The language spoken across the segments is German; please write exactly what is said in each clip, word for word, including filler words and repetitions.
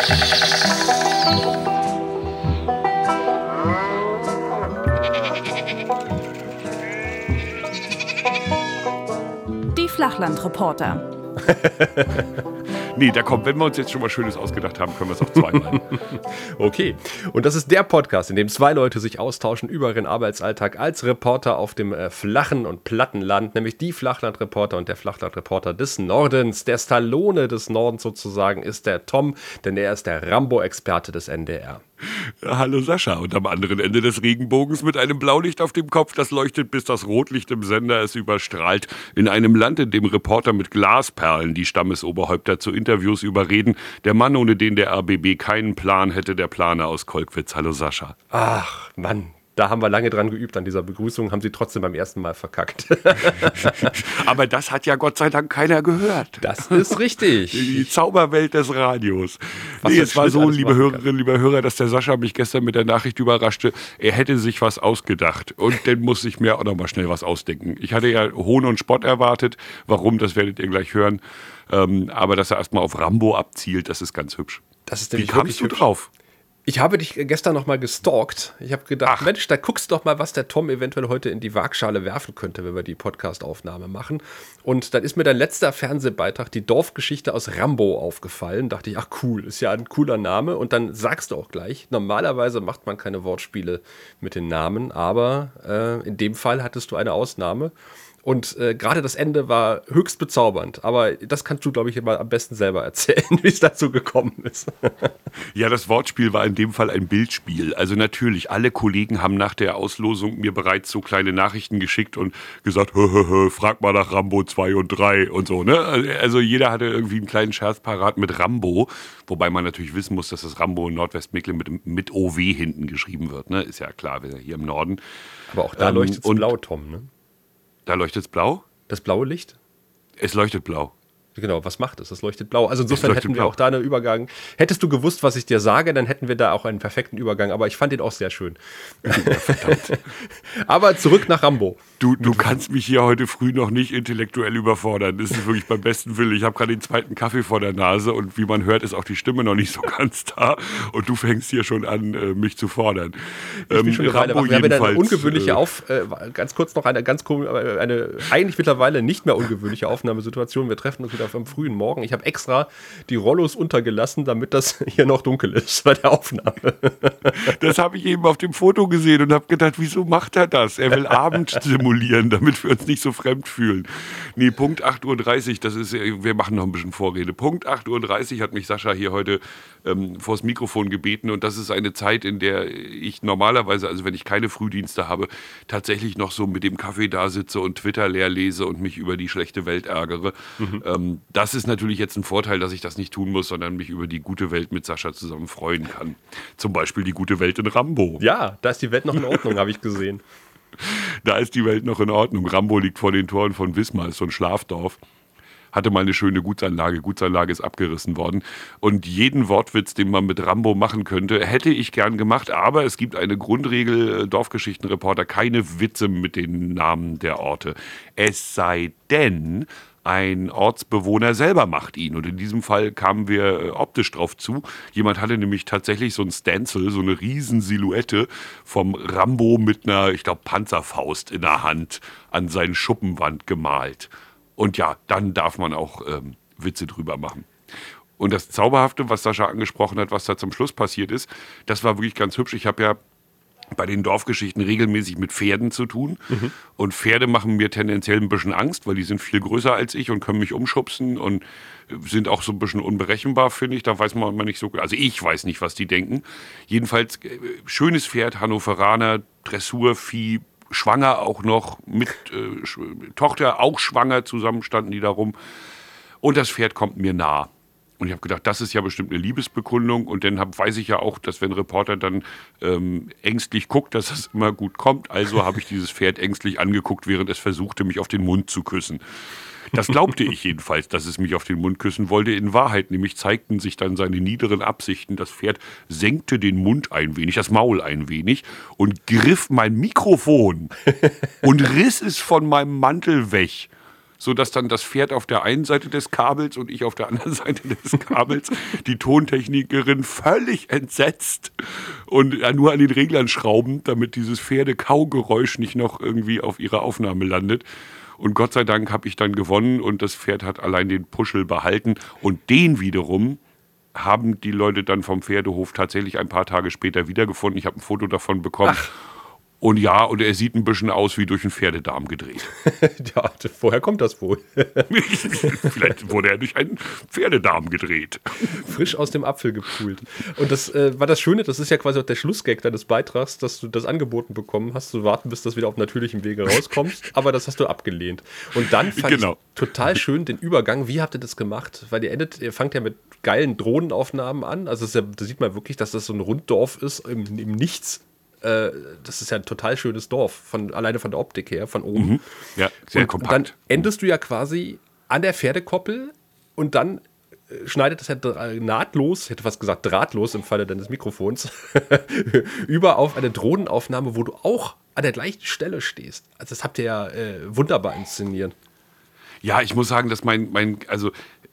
Die Flachlandreporter. Nee, da kommt, wenn wir uns jetzt schon mal Schönes ausgedacht haben, können wir es auch zweimal. Okay, und das ist der Podcast, in dem zwei Leute sich austauschen über ihren Arbeitsalltag als Reporter auf dem äh, flachen und platten Land, nämlich die Flachlandreporter und der Flachlandreporter des Nordens. Der Stallone des Nordens sozusagen ist der Tom, denn er ist der Rambo-Experte des N D R. Hallo Sascha, und am anderen Ende des Regenbogens mit einem Blaulicht auf dem Kopf, das leuchtet, bis das Rotlicht im Sender es überstrahlt. In einem Land, in dem Reporter mit Glasperlen die Stammesoberhäupter zu Interviews überreden. Der Mann, ohne den der R B B keinen Plan hätte, der Planer aus Kolkwitz. Hallo Sascha. Ach, Mann. Da haben wir lange dran geübt an dieser Begrüßung, haben sie trotzdem beim ersten Mal verkackt. Aber das hat ja Gott sei Dank keiner gehört. Das ist richtig. Die Zauberwelt des Radios. Was Nee, für es war Schnitt so, alles liebe machen Hörerinnen, liebe Hörer, dass der Sascha mich gestern mit der Nachricht überraschte, er hätte sich was ausgedacht. Und dann muss ich mir auch noch mal schnell was ausdenken. Ich hatte ja Hohn und Spott erwartet. Warum, das werdet ihr gleich hören. Ähm, aber dass er erstmal auf Rambo abzielt, das ist ganz hübsch. Das ist Wie nämlich kamst du wirklich hübsch. drauf? Ich habe dich gestern noch mal gestalkt. Ich habe gedacht, Ach. Mensch, da guckst du doch mal, was der Tom eventuell heute in die Waagschale werfen könnte, wenn wir die Podcast-Aufnahme machen. Und dann ist mir dein letzter Fernsehbeitrag, die Dorfgeschichte aus Rambo, aufgefallen. Dachte ich, ach cool, ist ja ein cooler Name. Und dann sagst du auch gleich, normalerweise macht man keine Wortspiele mit den Namen, aber äh, in dem Fall hattest du eine Ausnahme. Und äh, gerade das Ende war höchst bezaubernd. Aber das kannst du, glaube ich, immer am besten selber erzählen, wie es dazu gekommen ist. Ja, das Wortspiel war in dem Fall ein Bildspiel. Also natürlich, alle Kollegen haben nach der Auslosung mir bereits so kleine Nachrichten geschickt und gesagt, hö, hö, hö, frag mal nach Rambo zwei und drei und so, ne? Also jeder hatte irgendwie einen kleinen Scherz parat mit Rambo, wobei man natürlich wissen muss, dass das Rambo in Nordwestmecklen mit, mit O W hinten geschrieben wird, ne? Ist ja klar, wir sind hier im Norden. Aber auch da Ähm, leuchtet es und- blau, Tom, ne? Da leuchtet es blau? Das blaue Licht? Es leuchtet blau. Genau, was macht es? Das leuchtet blau. Also insofern leuchtet hätten wir blau. auch da einen Übergang. Hättest du gewusst, was ich dir sage, dann hätten wir da auch einen perfekten Übergang. Aber ich fand den auch sehr schön. Aber zurück nach Rambo. Du, du kannst mich hier heute früh noch nicht intellektuell überfordern. Das ist wirklich beim besten Willen. Ich habe gerade den zweiten Kaffee vor der Nase und wie man hört, ist auch die Stimme noch nicht so ganz da. Und du fängst hier schon an, äh, mich zu fordern. Ich bin schon eine Weile wach. Wir haben ja eine ungewöhnliche äh, Auf... Äh, ganz kurz noch eine ganz kom- äh, eine eigentlich mittlerweile nicht mehr ungewöhnliche Aufnahmesituation. Wir treffen uns wieder am frühen Morgen. Ich habe extra die Rollos untergelassen, damit das hier noch dunkel ist bei der Aufnahme. Das habe ich eben auf dem Foto gesehen und habe gedacht, wieso macht er das? Er will Abend simulieren, damit wir uns nicht so fremd fühlen. Nee, Punkt acht Uhr dreißig, das ist, wir machen noch ein bisschen Vorrede. Punkt acht Uhr dreißig hat mich Sascha hier heute ähm, vors Mikrofon gebeten und das ist eine Zeit, in der ich normalerweise, also wenn ich keine Frühdienste habe, tatsächlich noch so mit dem Kaffee da sitze und Twitter leer lese und mich über die schlechte Welt ärgere. Mhm. Ähm, das ist natürlich jetzt ein Vorteil, dass ich das nicht tun muss, sondern mich über die gute Welt mit Sascha zusammen freuen kann. Zum Beispiel die gute Welt in Rambo. Ja, da ist die Welt noch in Ordnung, habe ich gesehen. Da ist die Welt noch in Ordnung. Rambo liegt vor den Toren von Wismar, ist so ein Schlafdorf. Hatte mal eine schöne Gutsanlage. Gutsanlage ist abgerissen worden. Und jeden Wortwitz, den man mit Rambo machen könnte, hätte ich gern gemacht. Aber es gibt eine Grundregel, äh, Dorfgeschichtenreporter, keine Witze mit den Namen der Orte. Es sei denn, ein Ortsbewohner selber macht ihn. Und in diesem Fall kamen wir äh, optisch drauf zu. Jemand hatte nämlich tatsächlich so ein Stencil, so eine riesen Silhouette vom Rambo mit einer, ich glaube, Panzerfaust in der Hand an seine Schuppenwand gemalt. Und ja, dann darf man auch ähm, Witze drüber machen. Und das Zauberhafte, was Sascha angesprochen hat, was da zum Schluss passiert ist, das war wirklich ganz hübsch. Ich habe ja bei den Dorfgeschichten regelmäßig mit Pferden zu tun. Mhm. Und Pferde machen mir tendenziell ein bisschen Angst, weil die sind viel größer als ich und können mich umschubsen und sind auch so ein bisschen unberechenbar, finde ich. Da weiß man immer nicht so, also ich weiß nicht, was die denken. Jedenfalls, äh, schönes Pferd, Hannoveraner, Dressurvieh, schwanger auch noch, mit äh, Sch- Tochter auch schwanger, zusammen standen die da rum. Und das Pferd kommt mir nah. Und ich habe gedacht, das ist ja bestimmt eine Liebesbekundung. Und dann hab, weiß ich ja auch, dass wenn ein Reporter dann ähm, ängstlich guckt, dass das immer gut kommt. Also habe ich dieses Pferd ängstlich angeguckt, während es versuchte, mich auf den Mund zu küssen. Das glaubte ich jedenfalls, dass es mich auf den Mund küssen wollte. In Wahrheit nämlich zeigten sich dann seine niederen Absichten. Das Pferd senkte den Mund ein wenig, das Maul ein wenig und griff mein Mikrofon und riss es von meinem Mantel weg. sodass dann das Pferd auf der einen Seite des Kabels und ich auf der anderen Seite des Kabels, die Tontechnikerin völlig entsetzt und ja, nur an den Reglern schrauben, damit dieses Pferdekaugeräusch nicht noch irgendwie auf ihrer Aufnahme landet. Und Gott sei Dank habe ich dann gewonnen und das Pferd hat allein den Puschel behalten. Und den wiederum haben die Leute dann vom Pferdehof tatsächlich ein paar Tage später wiedergefunden. Ich habe ein Foto davon bekommen. Ach. Und ja, und er sieht ein bisschen aus wie durch einen Pferdedarm gedreht. Ja, woher kommt das wohl? Vielleicht wurde er durch einen Pferdedarm gedreht. Frisch aus dem Apfel gepult. Und das äh, war das Schöne, das ist ja quasi auch der Schlussgag deines Beitrags, dass du das angeboten bekommen hast, zu warten, bis das wieder auf natürlichem Wege rauskommst. Aber das hast du abgelehnt. Und dann fand Genau. ich total schön den Übergang. Wie habt ihr das gemacht? Weil ihr endet, ihr fangt ja mit geilen Drohnenaufnahmen an. Also es ist ja, da sieht man wirklich, dass das so ein Runddorf ist im, im Nichts. Das ist ja ein total schönes Dorf, von, alleine von der Optik her, von oben. Mhm. Ja, sehr und kompakt. Dann endest du ja quasi an der Pferdekoppel und dann äh, schneidet das ja dra- nahtlos, ich hätte fast gesagt drahtlos im Falle deines Mikrofons, über auf eine Drohnenaufnahme, wo du auch an der gleichen Stelle stehst. Also das habt ihr ja äh, wunderbar inszeniert. Ja, ich muss sagen, dass mein, mein, also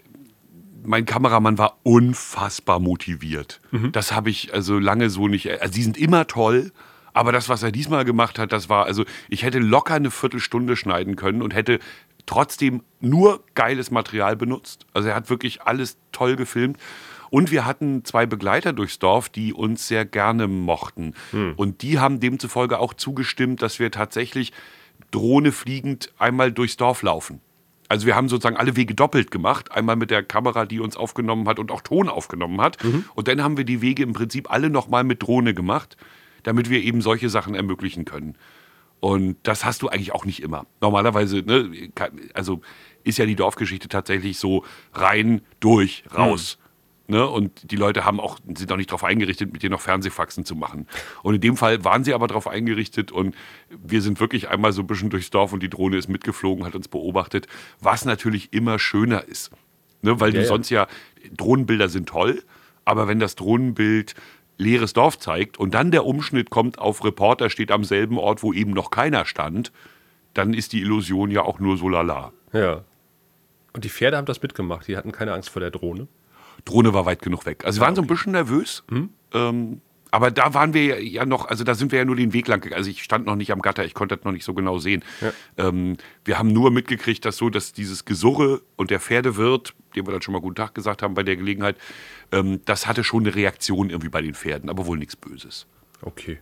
mein Kameramann war unfassbar motiviert. Mhm. Das habe ich also lange so nicht. Also die sind immer toll, aber das, was er diesmal gemacht hat, das war, also ich hätte locker eine Viertelstunde schneiden können und hätte trotzdem nur geiles Material benutzt. Also er hat wirklich alles toll gefilmt. Und wir hatten zwei Begleiter durchs Dorf, die uns sehr gerne mochten. Mhm. Und die haben demzufolge auch zugestimmt, dass wir tatsächlich Drohne fliegend einmal durchs Dorf laufen. Also wir haben sozusagen alle Wege doppelt gemacht. Einmal mit der Kamera, die uns aufgenommen hat und auch Ton aufgenommen hat. Mhm. Und dann haben wir die Wege im Prinzip alle nochmal mit Drohne gemacht, damit wir eben solche Sachen ermöglichen können. Und das hast du eigentlich auch nicht immer. Normalerweise, ne, also ist ja die Dorfgeschichte tatsächlich so rein, durch, raus. Mhm. Ne, und die Leute haben auch, sind auch nicht darauf eingerichtet, mit dir noch Fernsehfaxen zu machen. Und in dem Fall waren sie aber darauf eingerichtet und wir sind wirklich einmal so ein bisschen durchs Dorf und die Drohne ist mitgeflogen, hat uns beobachtet, was natürlich immer schöner ist. Ne, weil ja, du ja. sonst ja, Drohnenbilder sind toll, aber wenn das Drohnenbild leeres Dorf zeigt und dann der Umschnitt kommt auf Reporter, steht am selben Ort, wo eben noch keiner stand, dann ist die Illusion ja auch nur so lala. Ja. Und die Pferde haben das mitgemacht, die hatten keine Angst vor der Drohne. Drohne war weit genug weg. Also wir waren so ein bisschen nervös, hm? ähm, aber da waren wir ja noch, also da sind wir ja nur den Weg lang gegangen. Also ich stand noch nicht am Gatter, ich konnte das noch nicht so genau sehen. Ja. Ähm, wir haben nur mitgekriegt, dass so, dass dieses Gesurre und der Pferdewirt, dem wir dann schon mal guten Tag gesagt haben bei der Gelegenheit, ähm, das hatte schon eine Reaktion irgendwie bei den Pferden, aber wohl nichts Böses. Okay.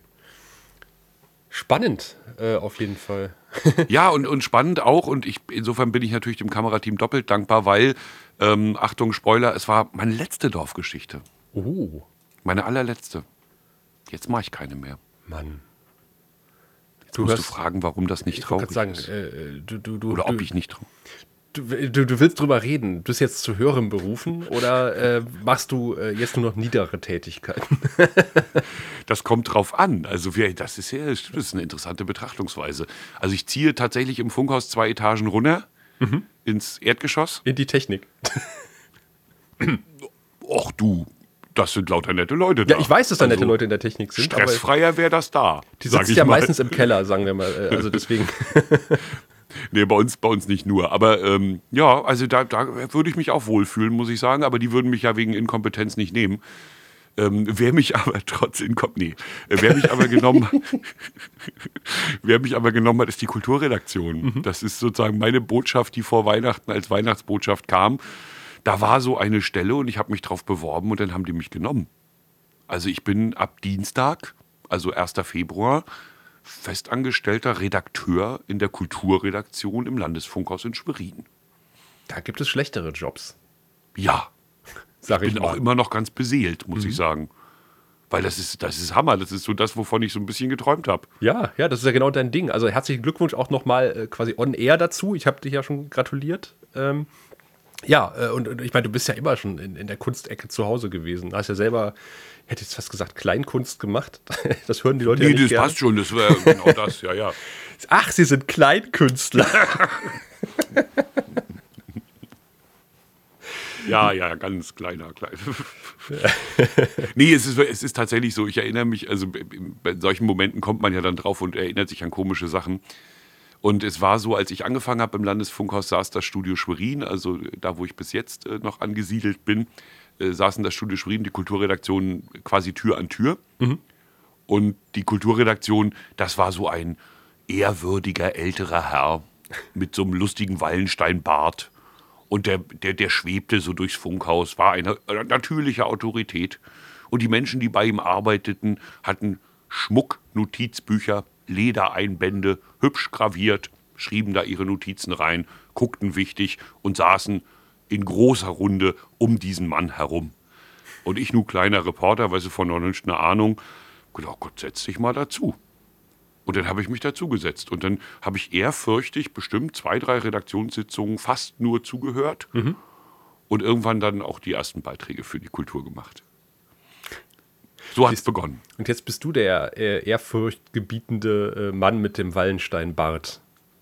Spannend, äh, auf jeden Fall. Ja, und, und spannend auch. Und ich, insofern bin ich natürlich dem Kamerateam doppelt dankbar, weil, ähm, Achtung, Spoiler, es war meine letzte Dorfgeschichte. Oh. Meine allerletzte. Jetzt mache ich keine mehr. Mann. Jetzt musst du fragen, warum das nicht traurig sagen, ist. Äh, du, du, du, oder ob du, ich nicht traurig du, du, du willst drüber reden. Du bist jetzt zu höherem berufen oder äh, machst du äh, jetzt nur noch niedere Tätigkeiten? Das kommt drauf an. Also wir, das, ist ja, das ist eine interessante Betrachtungsweise. Also ich ziehe tatsächlich im Funkhaus zwei Etagen runter, mhm. ins Erdgeschoss. In die Technik. Och du, das sind lauter nette Leute da. Ja, ich weiß, dass da nette also, Leute in der Technik sind. Stressfreier wäre das da. Die sitzt ja mal. meistens im Keller, sagen wir mal. Also deswegen... Nee, bei uns, bei uns nicht nur. Aber ähm, ja, also da, da würde ich mich auch wohlfühlen, muss ich sagen. Aber die würden mich ja wegen Inkompetenz nicht nehmen. Ähm, wer mich aber trotz Inkompetenz, nee, wer mich aber genommen hat, wer mich aber genommen hat, ist die Kulturredaktion. Mhm. Das ist sozusagen meine Botschaft, die vor Weihnachten als Weihnachtsbotschaft kam. Da war so eine Stelle und ich habe mich drauf beworben und dann haben die mich genommen. Also ich bin ab Dienstag, also erster Februar, festangestellter Redakteur in der Kulturredaktion im Landesfunkhaus in Schwerin. Da gibt es schlechtere Jobs. Ja, Sag ich bin mal. auch immer noch ganz beseelt, muss mhm. ich sagen. Weil das ist, das ist Hammer, das ist so das, wovon ich so ein bisschen geträumt habe. Ja, ja, das ist ja genau dein Ding. Also herzlichen Glückwunsch auch nochmal äh, quasi on air dazu. Ich habe dich ja schon gratuliert. Ähm, ja, äh, und, und ich meine, du bist ja immer schon in, in der Kunstecke zu Hause gewesen. Du hast ja selber, ich hätte jetzt fast gesagt, Kleinkunst gemacht. Das hören die Leute nee, ja nicht das gerne. passt schon, das wäre genau das, ja, ja. Ach, Sie sind Kleinkünstler. Ja, ja, ganz kleiner, klein. Nee, es ist, es ist tatsächlich so, ich erinnere mich, also bei solchen Momenten kommt man ja dann drauf und erinnert sich an komische Sachen. Und es war so, als ich angefangen habe im Landesfunkhaus, saß das Studio Schwerin, also da, wo ich bis jetzt äh, noch angesiedelt bin, äh, saßen das Studio Schwerin, die Kulturredaktion quasi Tür an Tür. Mhm. Und die Kulturredaktion, das war so ein ehrwürdiger älterer Herr mit so einem lustigen Wallensteinbart. Und der, der, der schwebte so durchs Funkhaus, war eine natürliche Autorität. Und die Menschen, die bei ihm arbeiteten, hatten Schmuck, Notizbücher, Ledereinbände, hübsch graviert, schrieben da ihre Notizen rein, guckten wichtig und saßen in großer Runde um diesen Mann herum. Und ich, nur kleiner Reporter, weißt du, von noch nicht eine Ahnung, gedacht, Gott, setz dich mal dazu. Und dann habe ich mich dazugesetzt. Und dann habe ich ehrfürchtig bestimmt zwei, drei Redaktionssitzungen fast nur zugehört. Mhm. Und irgendwann dann auch die ersten Beiträge für die Kultur gemacht. So hat es begonnen. Und jetzt bist du der äh, ehrfurchtgebietende äh, Mann mit dem Wallensteinbart.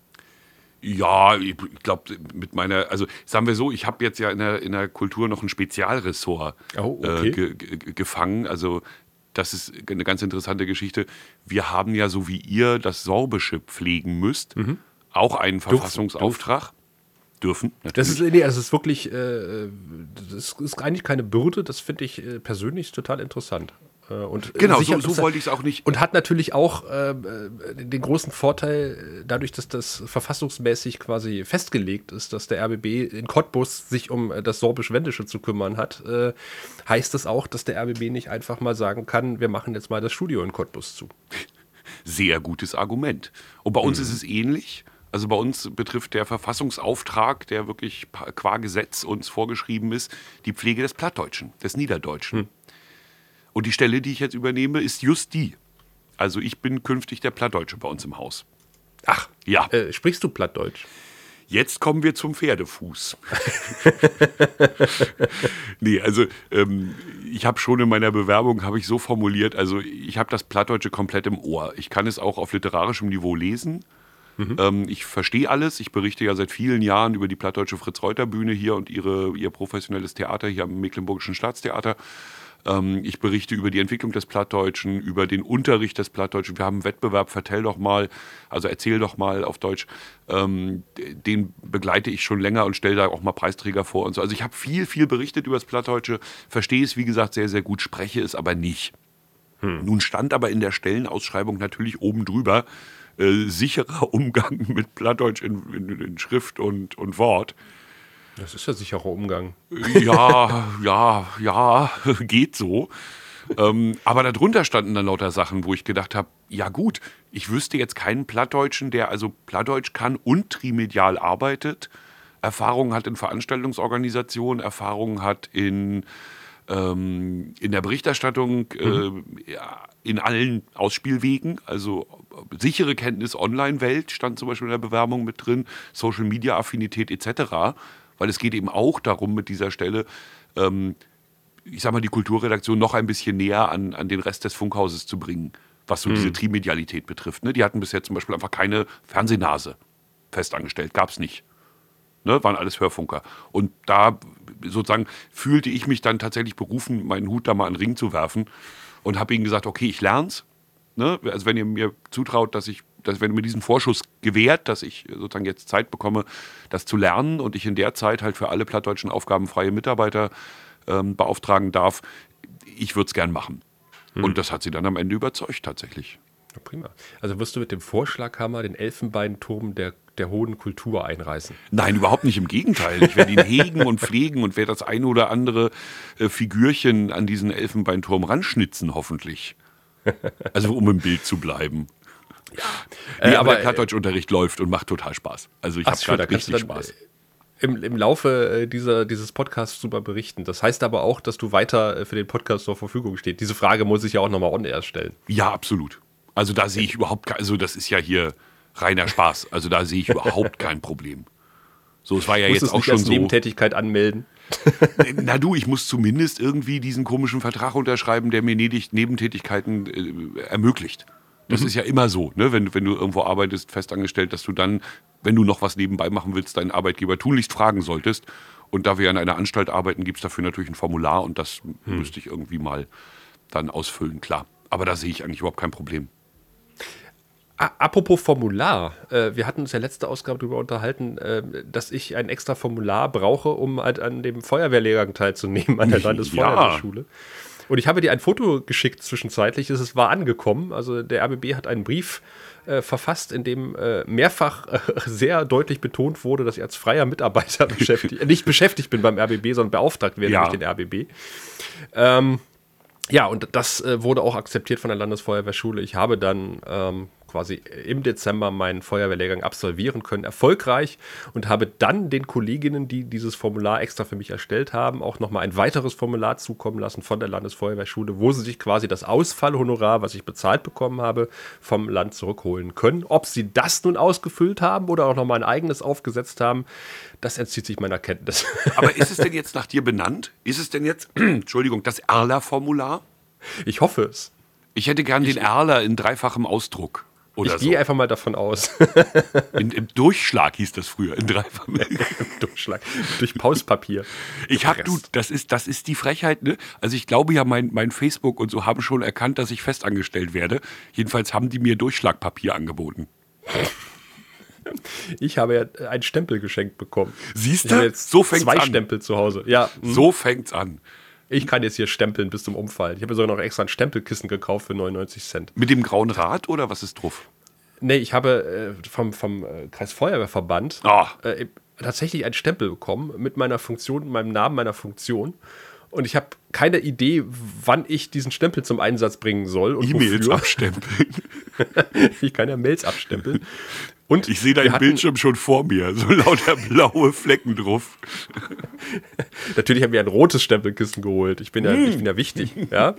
Ja, ich glaube, mit meiner, also sagen wir so, ich habe jetzt ja in der, in der Kultur noch ein Spezialressort oh, okay. äh, ge, ge, gefangen. Also das ist eine ganz interessante Geschichte. Wir haben ja, so wie ihr das Sorbische pflegen müsst, mhm. auch einen Verfassungsauftrag. Dürfen, natürlich. Das ist, nee, das ist wirklich, äh, das ist eigentlich keine Bürde, das finde ich äh, persönlich total interessant. Äh, und genau, sicher, so, so wollte ich es auch nicht. Und hat natürlich auch äh, den großen Vorteil, dadurch, dass das verfassungsmäßig quasi festgelegt ist, dass der R B B in Cottbus sich um das Sorbisch-Wendische zu kümmern hat, äh, heißt das auch, dass der R B B nicht einfach mal sagen kann, wir machen jetzt mal das Studio in Cottbus zu. Sehr gutes Argument. Und bei uns mhm. ist es ähnlich. Also bei uns betrifft der Verfassungsauftrag, der wirklich qua Gesetz uns vorgeschrieben ist, die Pflege des Plattdeutschen, des Niederdeutschen. Hm. Und die Stelle, die ich jetzt übernehme, ist just die. Also ich bin künftig der Plattdeutsche bei uns im Haus. Ach, ja. Äh, sprichst du Plattdeutsch? Jetzt kommen wir zum Pferdefuß. nee, also ähm, ich habe schon in meiner Bewerbung, habe ich so formuliert, also ich habe das Plattdeutsche komplett im Ohr. Ich kann es auch auf literarischem Niveau lesen. Mhm. Ähm, ich verstehe alles. Ich berichte ja seit vielen Jahren über die Plattdeutsche Fritz-Reuter-Bühne hier und ihre, ihr professionelles Theater hier am Mecklenburgischen Staatstheater. Ähm, ich berichte über die Entwicklung des Plattdeutschen, über den Unterricht des Plattdeutschen. Wir haben einen Wettbewerb, vertell doch mal, also erzähl doch mal auf Deutsch. Ähm, den begleite ich schon länger und stelle da auch mal Preisträger vor und so. Also ich habe viel, viel berichtet über das Plattdeutsche, verstehe es, wie gesagt, sehr, sehr gut, spreche es aber nicht. Hm. Nun stand aber in der Stellenausschreibung natürlich oben drüber, Äh, sicherer Umgang mit Plattdeutsch in, in, in Schrift und, und Wort. Das ist ja sicherer Umgang. Ja, ja, ja, geht so. ähm, aber darunter standen dann lauter Sachen, wo ich gedacht habe, ja gut, ich wüsste jetzt keinen Plattdeutschen, der also Plattdeutsch kann und trimedial arbeitet, Erfahrung hat in Veranstaltungsorganisation, Erfahrung hat in, ähm, in der Berichterstattung, mhm. äh, ja, in allen Ausspielwegen, also sichere Kenntnis Online-Welt stand zum Beispiel in der Bewerbung mit drin, Social-Media-Affinität et cetera, weil es geht eben auch darum mit dieser Stelle, ähm, ich sag mal, die Kulturredaktion noch ein bisschen näher an, an den Rest des Funkhauses zu bringen, was so mhm. diese Trimedialität betrifft. Ne? Die hatten bisher zum Beispiel einfach keine Fernsehnase festangestellt, gab es nicht. Ne? Waren alles Hörfunker. Und da sozusagen fühlte ich mich dann tatsächlich berufen, meinen Hut da mal in den Ring zu werfen und habe ihnen gesagt, okay, ich lern's. Ne? Also wenn ihr mir zutraut, dass ich, dass wenn ihr mir diesen Vorschuss gewährt, dass ich sozusagen jetzt Zeit bekomme, das zu lernen und ich in der Zeit halt für alle plattdeutschen Aufgaben freie Mitarbeiter ähm, beauftragen darf, ich würde es gern machen. Hm. Und das hat sie dann am Ende überzeugt tatsächlich. Ja, prima. Also wirst du mit dem Vorschlaghammer den Elfenbeinturm der, der hohen Kultur einreißen? Nein, überhaupt nicht, im Gegenteil. Ich werde ihn hegen und pflegen und werde das eine oder andere äh, Figürchen an diesen Elfenbeinturm ranschnitzen, hoffentlich. Also um im Bild zu bleiben. Ja, nee, äh, aber, aber der Plattdeutschunterricht äh, läuft und macht total Spaß. Also ich habe gerade richtig Spaß. Im, Im Laufe dieser, dieses Podcasts super berichten. Das heißt aber auch, dass du weiter für den Podcast zur Verfügung stehst. Diese Frage muss ich ja auch nochmal on-air stellen. Ja, absolut. Also da sehe ich überhaupt kein, also das ist ja hier reiner Spaß. Also da sehe ich überhaupt kein Problem. So, es war ja jetzt auch schon so. Nebentätigkeit anmelden. Na du, ich muss zumindest irgendwie diesen komischen Vertrag unterschreiben, der mir Nebentätigkeiten äh, ermöglicht. Das mhm. ist ja immer so, ne? Wenn, wenn du irgendwo arbeitest, festangestellt, dass du dann, wenn du noch was nebenbei machen willst, deinen Arbeitgeber tunlichst fragen solltest. Und da wir an einer Anstalt arbeiten, gibt es dafür natürlich ein Formular und das hm. müsste ich irgendwie mal dann ausfüllen, klar. Aber da sehe ich eigentlich überhaupt kein Problem. Apropos Formular, äh, wir hatten uns ja letzte Ausgabe darüber unterhalten, äh, dass ich ein extra Formular brauche, um halt an dem Feuerwehrlehrgang teilzunehmen an der Landesfeuerwehrschule. Ja. Und ich habe dir ein Foto geschickt zwischenzeitlich, es war angekommen. Also der R B B hat einen Brief äh, verfasst, in dem äh, mehrfach äh, sehr deutlich betont wurde, dass ich als freier Mitarbeiter beschäftigt, nicht beschäftigt bin beim R B B, sondern beauftragt werde ja. durch den R B B. Ähm, ja, und das äh, wurde auch akzeptiert von der Landesfeuerwehrschule. Ich habe dann ähm, quasi im Dezember meinen Feuerwehrlehrgang absolvieren können, erfolgreich, und habe dann den Kolleginnen, die dieses Formular extra für mich erstellt haben, auch nochmal ein weiteres Formular zukommen lassen von der Landesfeuerwehrschule, wo sie sich quasi das Ausfallhonorar, was ich bezahlt bekommen habe, vom Land zurückholen können. Ob sie das nun ausgefüllt haben oder auch nochmal ein eigenes aufgesetzt haben, das entzieht sich meiner Kenntnis. Aber ist es denn jetzt nach dir benannt? Ist es denn jetzt, Entschuldigung, das Erler-Formular? Ich hoffe es. Ich hätte gern ich, den Erler in dreifachem Ausdruck. Oder ich gehe so. einfach mal davon aus. In, Im Durchschlag hieß das früher, in dreifachem Durchschlag. Durch Pauspapier. Ich hab, du, das ist, das ist die Frechheit, ne? Also ich glaube ja, mein, mein Facebook und so haben schon erkannt, dass ich festangestellt werde. Jedenfalls haben die mir Durchschlagpapier angeboten. Ich habe ja einen Stempel geschenkt bekommen. Siehst du? Ich habe jetzt so fängt's zwei an. Stempel zu Hause. Ja. Hm. So fängt's an. Ich kann jetzt hier stempeln bis zum Umfallen. Ich habe sogar noch extra ein Stempelkissen gekauft für neunundneunzig Cent. Mit dem grauen Rad oder was ist drauf? Nee, ich habe äh, vom, vom äh, Kreisfeuerwehrverband oh. äh, tatsächlich einen Stempel bekommen mit meiner Funktion, meinem Namen, meiner Funktion. Und ich habe keine Idee, wann ich diesen Stempel zum Einsatz bringen soll. Und E-Mails abstempeln. Ich kann ja Mails abstempeln. Und ich sehe deinen Bildschirm schon vor mir, so lauter blaue Flecken drauf. Natürlich haben wir ein rotes Stempelkissen geholt. Ich bin ja, hm. ich bin ja wichtig. Ja?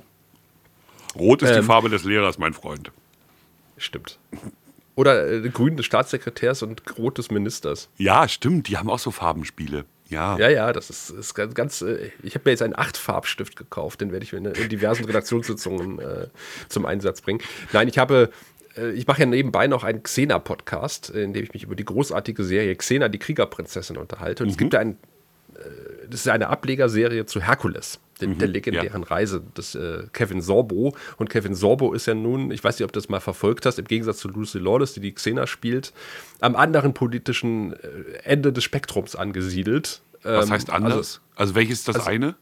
Rot ist ähm, die Farbe des Lehrers, mein Freund. Stimmt. Oder äh, grün des Staatssekretärs und rot des Ministers. Ja, stimmt. Die haben auch so Farbenspiele. Ja, ja, ja, das ist, ist ganz, ganz äh, ich habe mir jetzt einen acht-Farbstift gekauft, den werde ich in, in diversen Redaktionssitzungen äh, zum Einsatz bringen. Nein, ich habe, äh, ich mache ja nebenbei noch einen Xena-Podcast, in dem ich mich über die großartige Serie Xena, die Kriegerprinzessin, unterhalte. Und mhm. es gibt da ein, äh, das ist eine Ablegerserie zu Herkules, den, mhm, der legendären ja. Reise des äh, Kevin Sorbo. Und Kevin Sorbo ist ja nun, ich weiß nicht, ob du das mal verfolgt hast, im Gegensatz zu Lucy Lawless, die die Xena spielt, am anderen politischen äh, Ende des Spektrums angesiedelt. Was heißt anders? Also, also welches ist das also, eine?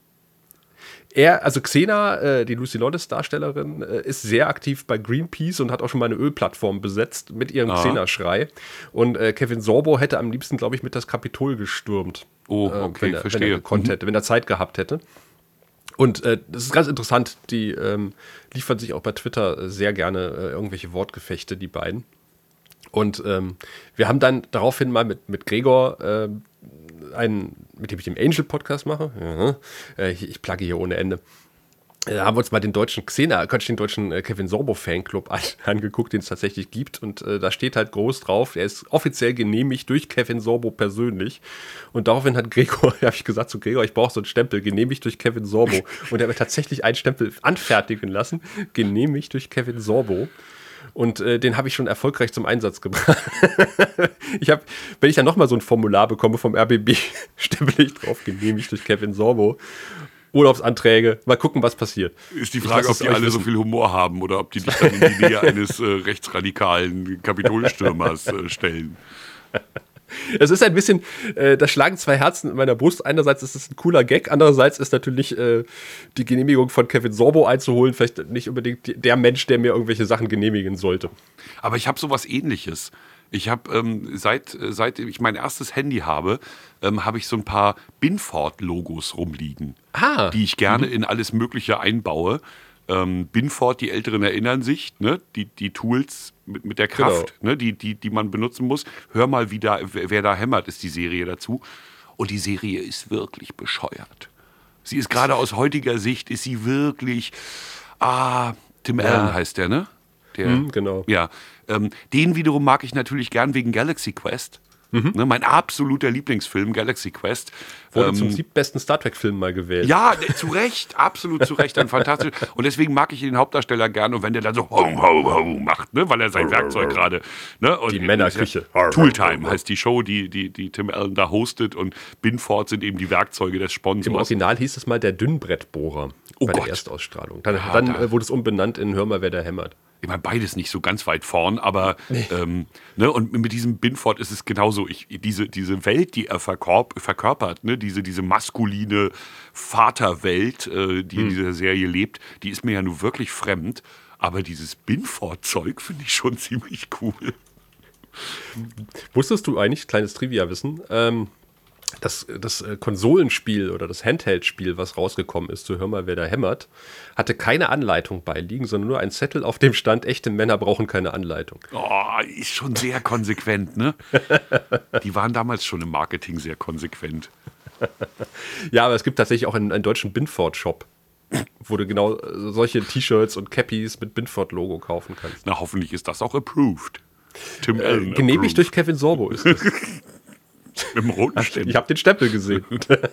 Er, also Xena, äh, die Lucy Lawless-Darstellerin, äh, ist sehr aktiv bei Greenpeace und hat auch schon mal eine Ölplattform besetzt mit ihrem Xena-Schrei. Und äh, Kevin Sorbo hätte am liebsten, glaube ich, mit das Kapitol gestürmt. Oh, okay, äh, wenn er, verstehe. Wenn er gekonnt hätte, wenn er Zeit gehabt hätte. Und äh, das ist ganz interessant. Die ähm, liefern sich auch bei Twitter sehr gerne äh, irgendwelche Wortgefechte, die beiden. Und ähm, wir haben dann daraufhin mal mit, mit Gregor äh, einen, mit dem ich den Angel-Podcast mache, ja, ich, ich plugge hier ohne Ende, da haben wir uns mal den deutschen Xena, den deutschen äh, Kevin Sorbo-Fanclub an, angeguckt, den es tatsächlich gibt. Und äh, da steht halt groß drauf, er ist offiziell genehmigt durch Kevin Sorbo persönlich. Und daraufhin hat Gregor, habe ich gesagt zu Gregor, ich brauche so einen Stempel, genehmigt durch Kevin Sorbo. Und er hat tatsächlich einen Stempel anfertigen lassen, genehmigt durch Kevin Sorbo. Und äh, den habe ich schon erfolgreich zum Einsatz gebracht. ich habe, wenn ich dann nochmal so ein Formular bekomme vom R B B, stempel ich drauf, genehmigt durch Kevin Sorbo. Urlaubsanträge, mal gucken, was passiert. Ist die Frage, ob die alle wissen. so viel Humor haben oder ob die dich dann in die Nähe eines äh, rechtsradikalen Kapitolstürmers äh, stellen. Es ist ein bisschen, äh, da schlagen zwei Herzen in meiner Brust. Einerseits ist es ein cooler Gag, andererseits ist natürlich äh, die Genehmigung von Kevin Sorbo einzuholen vielleicht nicht unbedingt der Mensch, der mir irgendwelche Sachen genehmigen sollte. Aber ich habe sowas Ähnliches. Ich habe, ähm, seit, seit ich mein erstes Handy habe, ähm, habe ich so ein paar Binford-Logos rumliegen, ah. die ich gerne mhm. in alles Mögliche einbaue. Ähm, Binford, die Älteren erinnern sich, ne? die, die Tools mit, mit der Kraft, genau. ne? die, die, die man benutzen muss. Hör mal, wie da, wer da hämmert, ist die Serie dazu. Und die Serie ist wirklich bescheuert. Sie ist gerade aus heutiger Sicht, ist sie wirklich, ah, Tim ja. Allen heißt der, ne? Der, mhm, genau. Ja, ähm, den wiederum mag ich natürlich gern wegen Galaxy Quest. Mhm. Ne, mein absoluter Lieblingsfilm, Galaxy Quest. Wurde ähm, zum siebtbesten Star Trek-Film mal gewählt. Ja, zu Recht, absolut zu Recht. Ein fantastisch. Und deswegen mag ich den Hauptdarsteller gern. Und wenn der dann so ho, ho, ho macht, ne, weil er sein Werkzeug gerade. Ne, die Männerküche. Tooltime heißt die Show, die, die, die Tim Allen da hostet. Und Binford sind eben die Werkzeuge des Sponsors. Im Original hieß es mal der Dünnbrettbohrer oh bei Gott. der Erstausstrahlung. Dann, ja, dann da. wurde es umbenannt in Hör mal, wer da hämmert. Ich meine, beides nicht so ganz weit vorn, aber nee. ähm, ne, und mit diesem Binford ist es genauso. Ich, diese, diese Welt, die er verkorp, verkörpert, ne, diese, diese maskuline Vaterwelt, äh, die hm. in dieser Serie lebt, die ist mir ja nun wirklich fremd. Aber dieses Binford-Zeug finde ich schon ziemlich cool. Wusstest du eigentlich, kleines Trivia-Wissen, ähm, Das, das Konsolenspiel oder das Handheld-Spiel, was rausgekommen ist, zu Hör mal, wer da hämmert, hatte keine Anleitung beiliegen, sondern nur ein Zettel, auf dem stand, echte Männer brauchen keine Anleitung. Oh, ist schon sehr konsequent, ne? Die waren damals schon im Marketing sehr konsequent. Ja, aber es gibt tatsächlich auch einen, einen deutschen Binford-Shop, wo du genau solche T-Shirts und Cappies mit Binford-Logo kaufen kannst. Na, hoffentlich ist das auch approved. Tim äh, Allen Genehmigt approved. Durch Kevin Sorbo ist das. Mit dem roten Stempel. Ich habe den Stempel gesehen.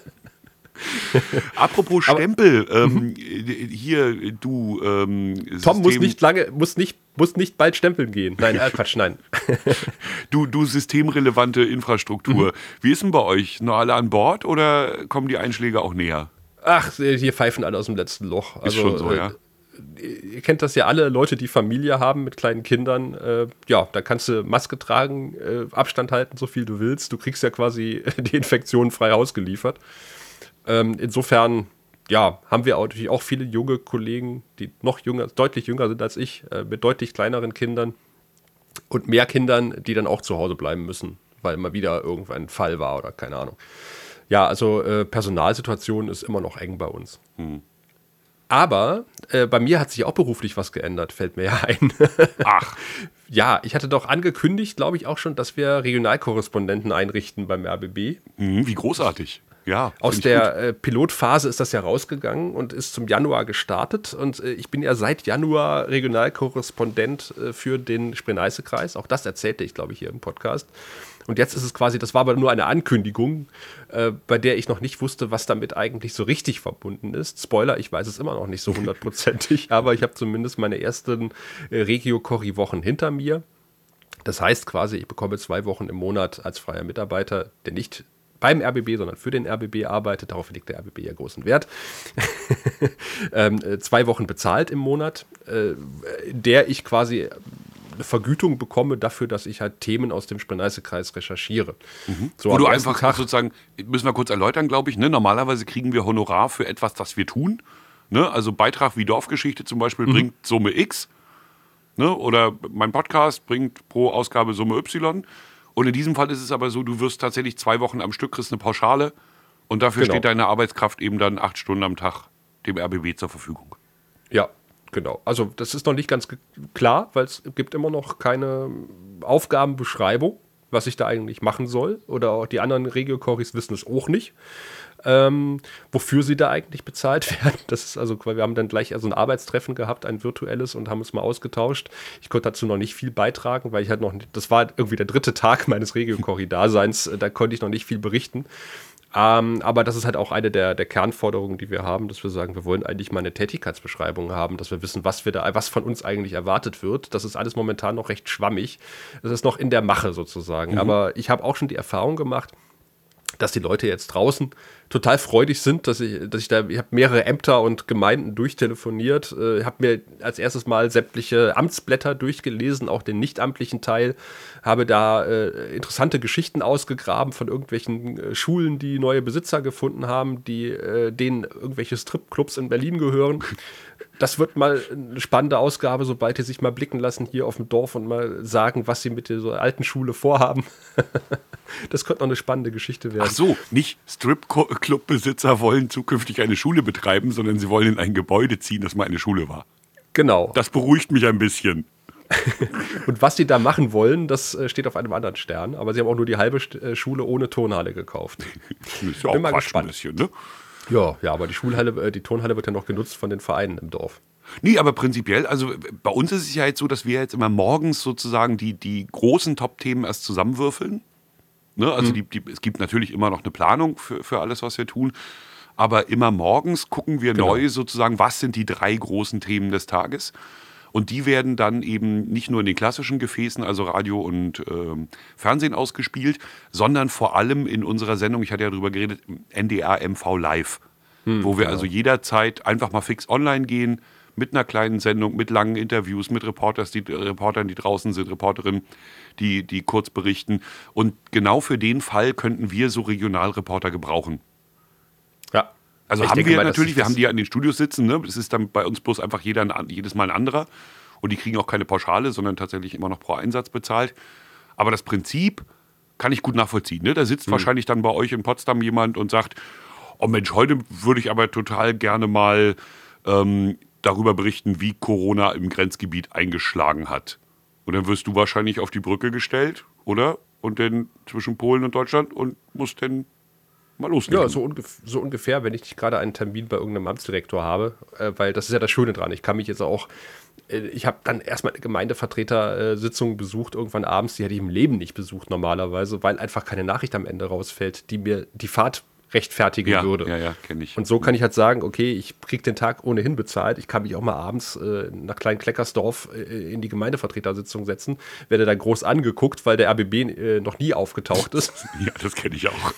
Apropos Stempel, Aber, ähm, hier, du, ähm, Tom System, muss nicht lange, muss nicht, muss nicht bald stempeln gehen. Nein, äh, Quatsch, nein. du, du systemrelevante Infrastruktur. Mhm. Wie ist denn bei euch? Noch alle an Bord oder kommen die Einschläge auch näher? Ach, hier pfeifen alle aus dem letzten Loch. Also, ist schon so, ja. Ihr kennt das ja alle, Leute, die Familie haben mit kleinen Kindern. Äh, ja, da kannst du Maske tragen, äh, Abstand halten, so viel du willst. Du kriegst ja quasi die Infektion frei ausgeliefert. Ähm, insofern, ja, haben wir auch, natürlich auch viele junge Kollegen, die noch jünger, deutlich jünger sind als ich, äh, mit deutlich kleineren Kindern und mehr Kindern, die dann auch zu Hause bleiben müssen, weil mal wieder irgendwann ein Fall war oder keine Ahnung. Ja, also äh, Personalsituation ist immer noch eng bei uns. Hm. Aber äh, bei mir hat sich auch beruflich was geändert, fällt mir ja ein. Ach. Ja, ich hatte doch angekündigt, glaube ich auch schon, dass wir Regionalkorrespondenten einrichten beim R B B. Mhm, wie großartig. Ja, aus der äh, Pilotphase ist das ja rausgegangen und ist zum Januar gestartet. Und äh, ich bin ja seit Januar Regionalkorrespondent äh, für den Spree-Neiße-Kreis. Auch das erzählte ich, glaube ich, hier im Podcast. Und jetzt ist es quasi, das war aber nur eine Ankündigung, äh, bei der ich noch nicht wusste, was damit eigentlich so richtig verbunden ist. Spoiler, ich weiß es immer noch nicht so hundertprozentig, aber ich habe zumindest meine ersten äh, Regio-Corri-Wochen hinter mir. Das heißt quasi, ich bekomme zwei Wochen im Monat als freier Mitarbeiter, der nicht beim R B B, sondern für den R B B arbeitet. Darauf legt der R B B ja großen Wert. ähm, äh, zwei Wochen bezahlt im Monat, äh, in der ich quasi eine Vergütung bekomme dafür, dass ich halt Themen aus dem Spree-Neiße-Kreis recherchiere. Mhm. So, wo du einfach Tag sozusagen, müssen wir kurz erläutern, glaube ich, ne? Normalerweise kriegen wir Honorar für etwas, das wir tun. Ne? Also Beitrag wie Dorfgeschichte zum Beispiel mhm. bringt Summe X. Ne? Oder mein Podcast bringt pro Ausgabe Summe Y. Und in diesem Fall ist es aber so, du wirst tatsächlich zwei Wochen am Stück, kriegst eine Pauschale und dafür genau. steht deine Arbeitskraft eben dann acht Stunden am Tag dem R B B zur Verfügung. Ja, genau. Also das ist noch nicht ganz klar, weil es gibt immer noch keine Aufgabenbeschreibung, was ich da eigentlich machen soll. Oder auch die anderen Regio-Corris wissen es auch nicht. Ähm, wofür sie da eigentlich bezahlt werden. Das ist also, wir haben dann gleich also ein Arbeitstreffen gehabt, ein virtuelles, und haben uns mal ausgetauscht. Ich konnte dazu noch nicht viel beitragen, weil ich halt noch nicht, das war irgendwie der dritte Tag meines Regio-Corri-Daseins, da konnte ich noch nicht viel berichten. Ähm, aber das ist halt auch eine der, der Kernforderungen, die wir haben, dass wir sagen, wir wollen eigentlich mal eine Tätigkeitsbeschreibung haben, dass wir wissen, was wir da, was von uns eigentlich erwartet wird. Das ist alles momentan noch recht schwammig. Das ist noch in der Mache sozusagen. Mhm. Aber ich habe auch schon die Erfahrung gemacht, dass die Leute jetzt draußen total freudig sind, dass ich, dass ich da, ich habe mehrere Ämter und Gemeinden durchtelefoniert, äh, habe mir als erstes Mal sämtliche Amtsblätter durchgelesen, auch den nichtamtlichen Teil, habe da äh, interessante Geschichten ausgegraben von irgendwelchen äh, Schulen, die neue Besitzer gefunden haben, die äh, denen irgendwelche Stripclubs in Berlin gehören. Das wird mal eine spannende Ausgabe, sobald die sich mal blicken lassen hier auf dem Dorf und mal sagen, was sie mit dieser alten Schule vorhaben. Das könnte noch eine spannende Geschichte werden. Ach so, nicht Stripclub-Besitzer wollen zukünftig eine Schule betreiben, sondern sie wollen in ein Gebäude ziehen, das mal eine Schule war. Genau. Das beruhigt mich ein bisschen. Und was sie da machen wollen, das steht auf einem anderen Stern. Aber sie haben auch nur die halbe Schule ohne Turnhalle gekauft. Das ist ja auch mal gespannt. Ein bisschen, ne? Ja, ja, aber die Schulhalle, die Turnhalle wird ja noch genutzt von den Vereinen im Dorf. Nee, aber prinzipiell, also bei uns ist es ja jetzt so, dass wir jetzt immer morgens sozusagen die, die großen Top-Themen erst zusammenwürfeln. Ne? Also mhm. die, die, es gibt natürlich immer noch eine Planung für, für alles, was wir tun. Aber immer morgens gucken wir genau. neu sozusagen, was sind die drei großen Themen des Tages. Und die werden dann eben nicht nur in den klassischen Gefäßen, also Radio und ähm, Fernsehen ausgespielt, sondern vor allem in unserer Sendung, ich hatte ja darüber geredet, N D R M V Live, hm, wo wir genau. also jederzeit einfach mal fix online gehen, mit einer kleinen Sendung, mit langen Interviews, mit Reporters, die, Reportern, die draußen sind, Reporterinnen, die, die kurz berichten. Und genau für den Fall könnten wir so Regionalreporter gebrauchen. Ja. Also ich haben denke wir mal, natürlich, dass wir das- haben die ja in den Studios sitzen, ne? Es ist dann bei uns bloß einfach jeder ein, jedes Mal ein anderer. Und die kriegen auch keine Pauschale, sondern tatsächlich immer noch pro Einsatz bezahlt. Aber das Prinzip kann ich gut nachvollziehen. Ne? Da sitzt Hm. wahrscheinlich dann bei euch in Potsdam jemand und sagt, oh Mensch, heute würde ich aber total gerne mal ähm, darüber berichten, wie Corona im Grenzgebiet eingeschlagen hat. Und dann wirst du wahrscheinlich auf die Brücke gestellt, oder? Und dann zwischen Polen und Deutschland und musst dann mal loslegen. Ja, so, ungef- so ungefähr, wenn ich nicht gerade einen Termin bei irgendeinem Amtsdirektor habe, äh, weil das ist ja das Schöne dran. Ich kann mich jetzt auch, äh, ich habe dann erstmal eine Gemeindevertretersitzung besucht, irgendwann abends, die hätte ich im Leben nicht besucht normalerweise, weil einfach keine Nachricht am Ende rausfällt, die mir die Fahrt rechtfertigen ja, würde. ja, ja, kenne ich. Und so kann ich halt sagen, okay, ich kriege den Tag ohnehin bezahlt. Ich kann mich auch mal abends äh, nach Klein-Kleckersdorf äh, in die Gemeindevertretersitzung setzen, werde da groß angeguckt, weil der R B B äh, noch nie aufgetaucht ist. Ja, das kenne ich auch.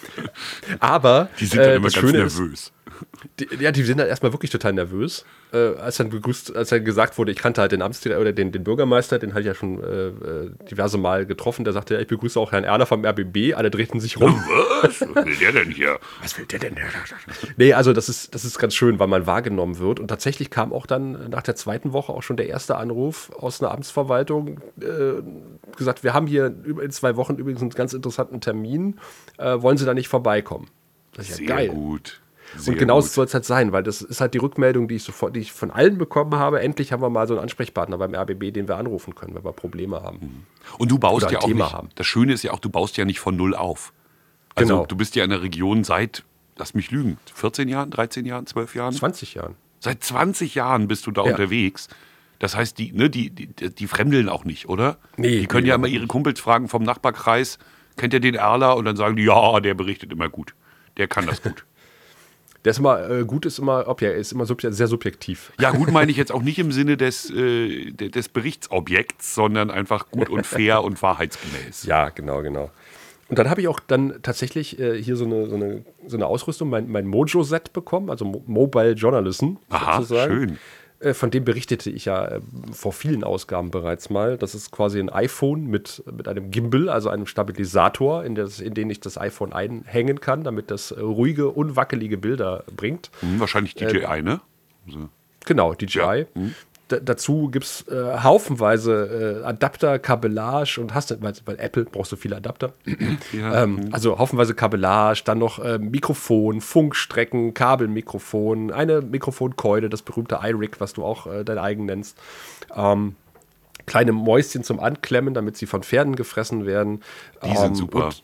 Aber Die sind dann äh, immer das ganz Schöne ist, nervös. die, ja, die sind dann erstmal wirklich total nervös. Äh, als dann begrüßt, als dann gesagt wurde, ich kannte halt den Amtsdirektor oder den, den Bürgermeister, den hatte ich ja schon äh, äh, diverse Mal getroffen, der sagte, ja, ich begrüße auch Herrn Erler vom R B B, alle drehten sich rum. Was? Was will der denn hier? Was will der denn? Nee, also das ist, das ist ganz schön, weil man wahrgenommen wird. Und tatsächlich kam auch dann nach der zweiten Woche auch schon der erste Anruf aus einer Amtsverwaltung, äh, gesagt, wir haben hier in zwei Wochen übrigens einen ganz interessanten Termin, äh, wollen Sie da nicht vorbeikommen? Das ist ja Sehr geil. gut. Sehr Und genau gut. so soll es halt sein, weil das ist halt die Rückmeldung, die ich sofort, die ich von allen bekommen habe. Endlich haben wir mal so einen Ansprechpartner beim R B B, den wir anrufen können, wenn wir Probleme haben. Und du baust Oder ja ein auch Thema nicht, haben. das Schöne ist ja auch, du baust ja nicht von null auf. Also Genau. du bist ja in der Region seit, lass mich lügen, vierzehn Jahren, dreizehn Jahren, zwölf Jahren? zwanzig Jahren. Seit zwanzig Jahren bist du da Ja. unterwegs. Das heißt, die, ne, die, die, die fremdeln auch nicht, oder? Nee, die können nee, ja immer überhaupt ihre nicht. Kumpels fragen vom Nachbarkreis, kennt ihr den Erler? Und dann sagen die, ja, der berichtet immer gut. Der kann das gut. Der ist immer, äh, gut ist immer, ob ja, ist immer subje- sehr subjektiv. Ja, gut meine ich jetzt auch nicht im Sinne des, äh, de- des Berichtsobjekts, sondern einfach gut und fair und wahrheitsgemäß. Ja, genau, genau. Und dann habe ich auch dann tatsächlich äh, hier so eine, so eine, so eine Ausrüstung, mein, mein Mojo-Set bekommen, also Mo- Mobile Journalism Aha, sozusagen. schön. Äh, von dem berichtete ich ja äh, vor vielen Ausgaben bereits mal. Das ist quasi ein iPhone mit, mit einem Gimbal, also einem Stabilisator, in, das, in den ich das iPhone einhängen kann, damit das äh, ruhige, unwackelige Bilder bringt. Hm, wahrscheinlich D J I, ne? So. Genau, D J I. Ja. Mhm. Da, dazu gibt es äh, haufenweise äh, Adapter, Kabellage und hast du, weil, weil Apple brauchst du viele Adapter. Ja. ähm, also haufenweise Kabellage, dann noch äh, Mikrofon, Funkstrecken, Kabelmikrofon, eine Mikrofonkeule, das berühmte iRig, was du auch äh, dein eigen nennst. Ähm, kleine Mäuschen zum Anklemmen, damit sie von Pferden gefressen werden. Die sind Ähm, super. und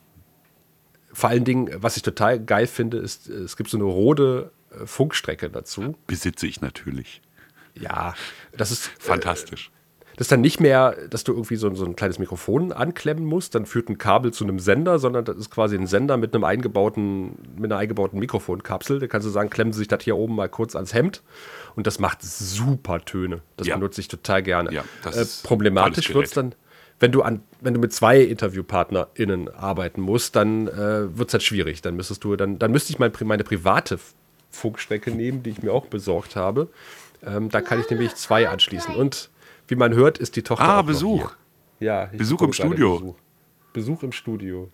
vor allen Dingen, was ich total geil finde, ist, äh, es gibt so eine Rode äh, Funkstrecke dazu. Besitze ich natürlich. Ja, das ist Fantastisch. Das ist dann nicht mehr, dass du irgendwie so, so ein kleines Mikrofon anklemmen musst, dann führt ein Kabel zu einem Sender, sondern das ist quasi ein Sender mit einem eingebauten, mit einer eingebauten Mikrofonkapsel. Da kannst du sagen, klemmen Sie sich das hier oben mal kurz ans Hemd und das macht super Töne. Das Ja. benutze ich total gerne. Ja, das äh, ist ein problematisch tolles wird es dann, wenn du an, wenn du mit zwei InterviewpartnerInnen arbeiten musst, dann äh, wird es halt schwierig. Dann müsstest du, dann, dann müsste ich mein, meine private Funkstrecke nehmen, die ich mir auch besorgt habe. Ähm, da kann ich nämlich zwei anschließen. Und wie man hört, ist die Tochter Ah, auch noch Besuch. hier. Ja, ich Besuch bekomme im gerade Studio. Besuch. Besuch im Studio.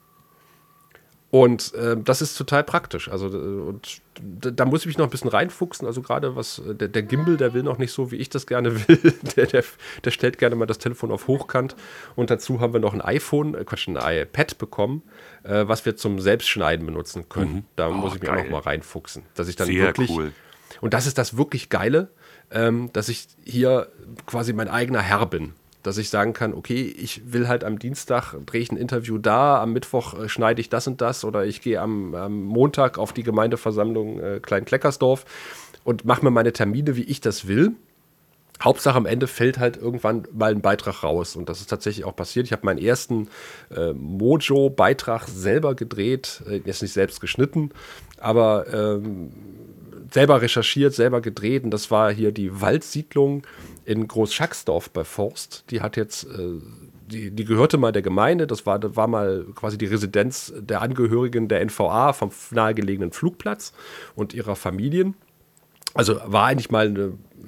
Und ähm, das ist total praktisch. Also äh, und da, da muss ich mich noch ein bisschen reinfuchsen. Also gerade was äh, der, der Gimbal, der will noch nicht so, wie ich das gerne will. der, der, der stellt gerne mal das Telefon auf Hochkant. Und dazu haben wir noch ein iPhone, äh, Quatsch, ein iPad bekommen, äh, was wir zum Selbstschneiden benutzen können. Mhm. Da Oh, muss ich mich auch geil. noch mal reinfuchsen, dass ich dann Sehr wirklich cool. und das ist das wirklich Geile, ähm, dass ich hier quasi mein eigener Herr bin. Dass ich sagen kann, okay, ich will halt am Dienstag, drehe ich ein Interview da, am Mittwoch äh, schneide ich das und das oder ich gehe am, am Montag auf die Gemeindeversammlung äh, Klein-Kleckersdorf und mache mir meine Termine, wie ich das will. Hauptsache am Ende fällt halt irgendwann mal ein Beitrag raus. Und das ist tatsächlich auch passiert. Ich habe meinen ersten äh, Mojo-Beitrag selber gedreht, äh, jetzt nicht selbst geschnitten, aber ähm, selber recherchiert, selber gedreht. Und das war hier die Waldsiedlung in Großschacksdorf bei Forst. Die hat jetzt, äh, die, die gehörte mal der Gemeinde. Das war, das war mal quasi die Residenz der Angehörigen der N V A vom nahegelegenen Flugplatz und ihrer Familien. Also war eigentlich mal eine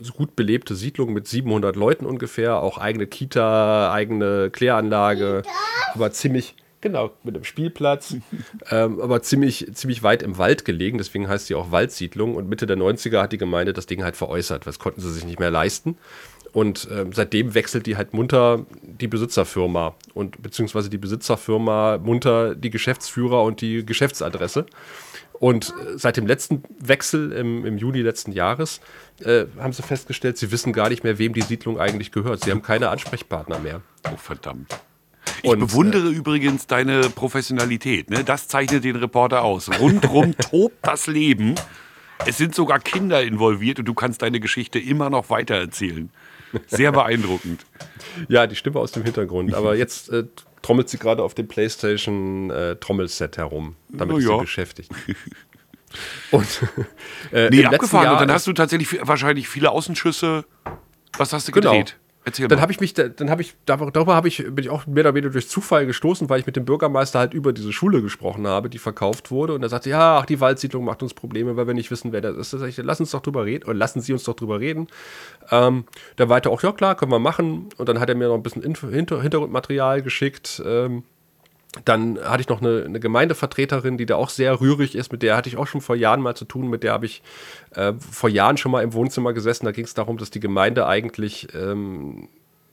gut belebte Siedlung mit siebenhundert Leuten ungefähr, auch eigene Kita, eigene Kläranlage, aber ziemlich, genau, mit einem Spielplatz, ähm, aber ziemlich, ziemlich weit im Wald gelegen, deswegen heißt sie auch Waldsiedlung. Und Mitte der neunziger hat die Gemeinde das Ding halt veräußert, das konnten sie sich nicht mehr leisten. Und ähm, seitdem wechselt die halt munter die Besitzerfirma und beziehungsweise die Besitzerfirma munter die Geschäftsführer und die Geschäftsadresse. Und äh, seit dem letzten Wechsel im, im Juni letzten Jahres äh, haben sie festgestellt, sie wissen gar nicht mehr, wem die Siedlung eigentlich gehört. Sie haben keine Ansprechpartner mehr. Oh, verdammt. Ich Und, bewundere äh, übrigens deine Professionalität. Ne? Das zeichnet den Reporter aus. Rundrum tobt das Leben. Es sind sogar Kinder involviert und du kannst deine Geschichte immer noch weiter erzählen. Sehr beeindruckend. Ja, die Stimme aus dem Hintergrund. Aber jetzt äh, trommelt sie gerade auf dem PlayStation äh, Trommelset herum. Damit Na ist ja. sie beschäftigt. Und äh, Nee, im letzten abgefahren. Jahr, Und dann hast du tatsächlich vi- wahrscheinlich viele Außenschüsse. Was hast du Genau. gedreht? Erzähl Dann mal. habe ich mich, da- dann habe ich, darüber darüber habe ich, bin ich auch mehr oder weniger durch Zufall gestoßen, weil ich mit dem Bürgermeister halt über diese Schule gesprochen habe, die verkauft wurde. Und er sagte, ja, ach, die Waldsiedlung macht uns Probleme, weil wir nicht wissen, wer das ist. Da sag ich, lass uns doch drüber reden, oder lassen Sie uns doch drüber reden. Ähm, da weiter auch, ja klar, können wir machen. Und dann hat er mir noch ein bisschen Info, Hinter, Hintergrundmaterial geschickt. Ähm, Dann hatte ich noch eine, eine Gemeindevertreterin, die da auch sehr rührig ist. Mit der hatte ich auch schon vor Jahren mal zu tun. Mit der habe ich äh, vor Jahren schon mal im Wohnzimmer gesessen. Da ging es darum, dass die Gemeinde eigentlich ähm,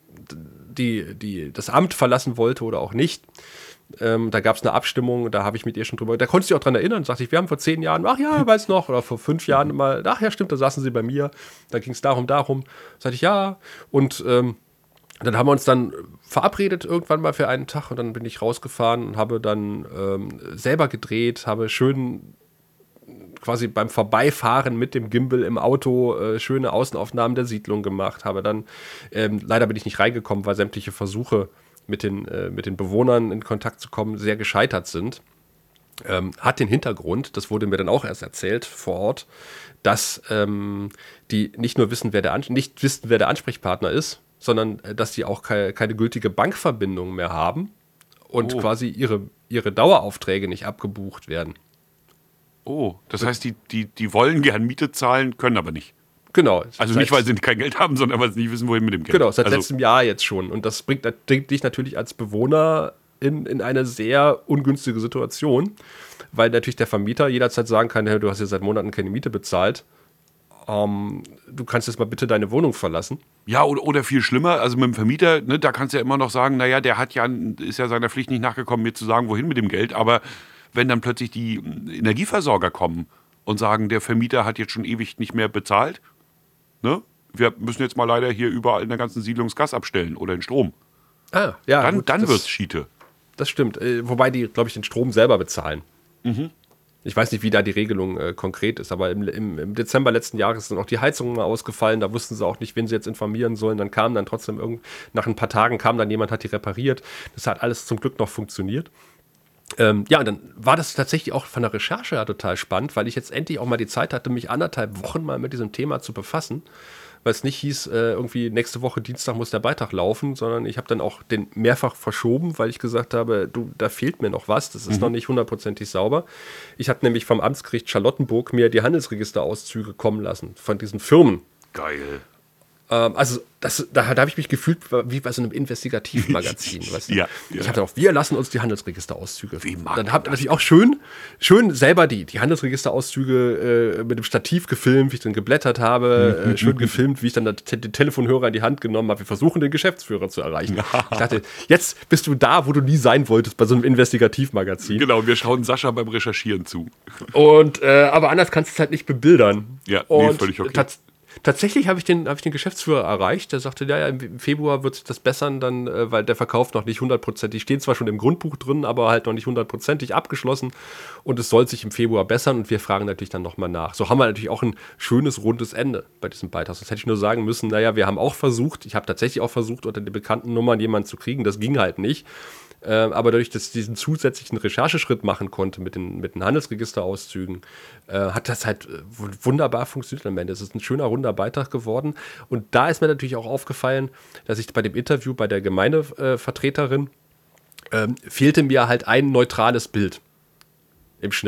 die, die, das Amt verlassen wollte oder auch nicht. Ähm, da gab es eine Abstimmung, da habe ich mit ihr schon drüber, da konnte ich auch dran erinnern, sagte ich, wir haben vor zehn Jahren, ach ja, weiß noch, oder vor fünf Jahren mal, ach ja, stimmt, da saßen sie bei mir, da ging es darum, darum, sagte ich, ja, und ähm, dann haben wir uns dann verabredet irgendwann mal für einen Tag und dann bin ich rausgefahren und habe dann ähm, selber gedreht, habe schön quasi beim Vorbeifahren mit dem Gimbal im Auto äh, schöne Außenaufnahmen der Siedlung gemacht, habe dann, ähm, leider bin ich nicht reingekommen, weil sämtliche Versuche mit den, äh, mit den Bewohnern in Kontakt zu kommen sehr gescheitert sind. Ähm, hat den Hintergrund, das wurde mir dann auch erst erzählt vor Ort, dass ähm, die nicht nur wissen, wer der An- nicht wissen, wer der Ansprechpartner ist, sondern äh, dass die auch ke- keine gültige Bankverbindung mehr haben und Oh. quasi ihre, ihre Daueraufträge nicht abgebucht werden. Oh, das heißt, die, die, die wollen gern Miete zahlen, können aber nicht. Genau. Also Seit- nicht, weil sie kein Geld haben, sondern weil sie nicht wissen, wohin mit dem Geld. Genau, seit also, letztem Jahr jetzt schon. Und das bringt, bringt dich natürlich als Bewohner in, in eine sehr ungünstige Situation, weil natürlich der Vermieter jederzeit sagen kann, hey, du hast ja seit Monaten keine Miete bezahlt. Ähm, du kannst jetzt mal bitte deine Wohnung verlassen. Ja, oder, oder viel schlimmer, also mit dem Vermieter, ne, da kannst du ja immer noch sagen, naja, der hat ja, ist ja seiner Pflicht nicht nachgekommen, mir zu sagen, wohin mit dem Geld. Aber wenn dann plötzlich die Energieversorger kommen und sagen, der Vermieter hat jetzt schon ewig nicht mehr bezahlt, ne? Wir müssen jetzt mal leider hier überall in der ganzen Siedlung das Gas abstellen oder den Strom. Ah, ja. Dann, gut, dann das- wird's Schiete. Das stimmt. Äh, wobei die, glaube ich, den Strom selber bezahlen. Ich weiß nicht, wie da die Regelung äh, konkret ist, aber im, im, im Dezember letzten Jahres sind auch die Heizungen mal ausgefallen. Da wussten sie auch nicht, wen sie jetzt informieren sollen. Dann kam dann trotzdem irgend, nach ein paar Tagen kam dann jemand, hat die repariert. Das hat alles zum Glück noch funktioniert. Ähm, ja, und dann war das tatsächlich auch von der Recherche her total spannend, weil ich jetzt endlich auch mal die Zeit hatte, mich anderthalb Wochen mal mit diesem Thema zu befassen. Weil es nicht hieß, äh, irgendwie nächste Woche Dienstag muss der Beitrag laufen, sondern ich habe dann auch den mehrfach verschoben, weil ich gesagt habe, du, da fehlt mir noch was, das ist Mhm. noch nicht hundertprozentig sauber. Ich habe nämlich vom Amtsgericht Charlottenburg mir die Handelsregisterauszüge kommen lassen von diesen Firmen. Geil. Ähm, also das, da, da habe ich mich gefühlt wie bei so einem Investigativmagazin. Weißt du? Ja, Ich ja. habe dann auch, wir lassen uns die Handelsregisterauszüge. Wie mag Dann habe ich natürlich auch schön, schön selber die, die Handelsregisterauszüge äh, mit dem Stativ gefilmt, wie ich dann geblättert habe, äh, schön gefilmt, wie ich dann den Te den Telefonhörer in die Hand genommen habe. Wir versuchen, den Geschäftsführer zu erreichen. Ich dachte, jetzt bist du da, wo du nie sein wolltest, bei so einem Investigativmagazin. Genau, wir schauen Sascha beim Recherchieren zu. Und, äh, aber anders kannst du es halt nicht bebildern. Ja, nee, und völlig okay. tats- Tatsächlich habe ich, den, hab ich den Geschäftsführer erreicht, der sagte, ja, ja, im Februar wird sich das bessern, dann, äh, weil der Verkauf noch nicht hundertprozentig, stehen zwar schon im Grundbuch drin, aber halt noch nicht hundertprozentig abgeschlossen und es soll sich im Februar bessern und wir fragen natürlich dann nochmal nach. So haben wir natürlich auch ein schönes, rundes Ende bei diesem Beitrag. Das hätte ich nur sagen müssen, naja, wir haben auch versucht, ich habe tatsächlich auch versucht, unter den bekannten Nummern jemanden zu kriegen, das ging halt nicht. Äh, aber dadurch, dass ich diesen zusätzlichen Rechercheschritt machen konnte mit den, mit den Handelsregisterauszügen, äh, hat das halt äh, wunderbar funktioniert am Ende. Es ist ein schöner, runder Beitrag geworden. Und da ist mir natürlich auch aufgefallen, dass ich bei dem Interview bei der Gemeindevertreterin ähm, fehlte mir halt ein neutrales Bild im Schnitt.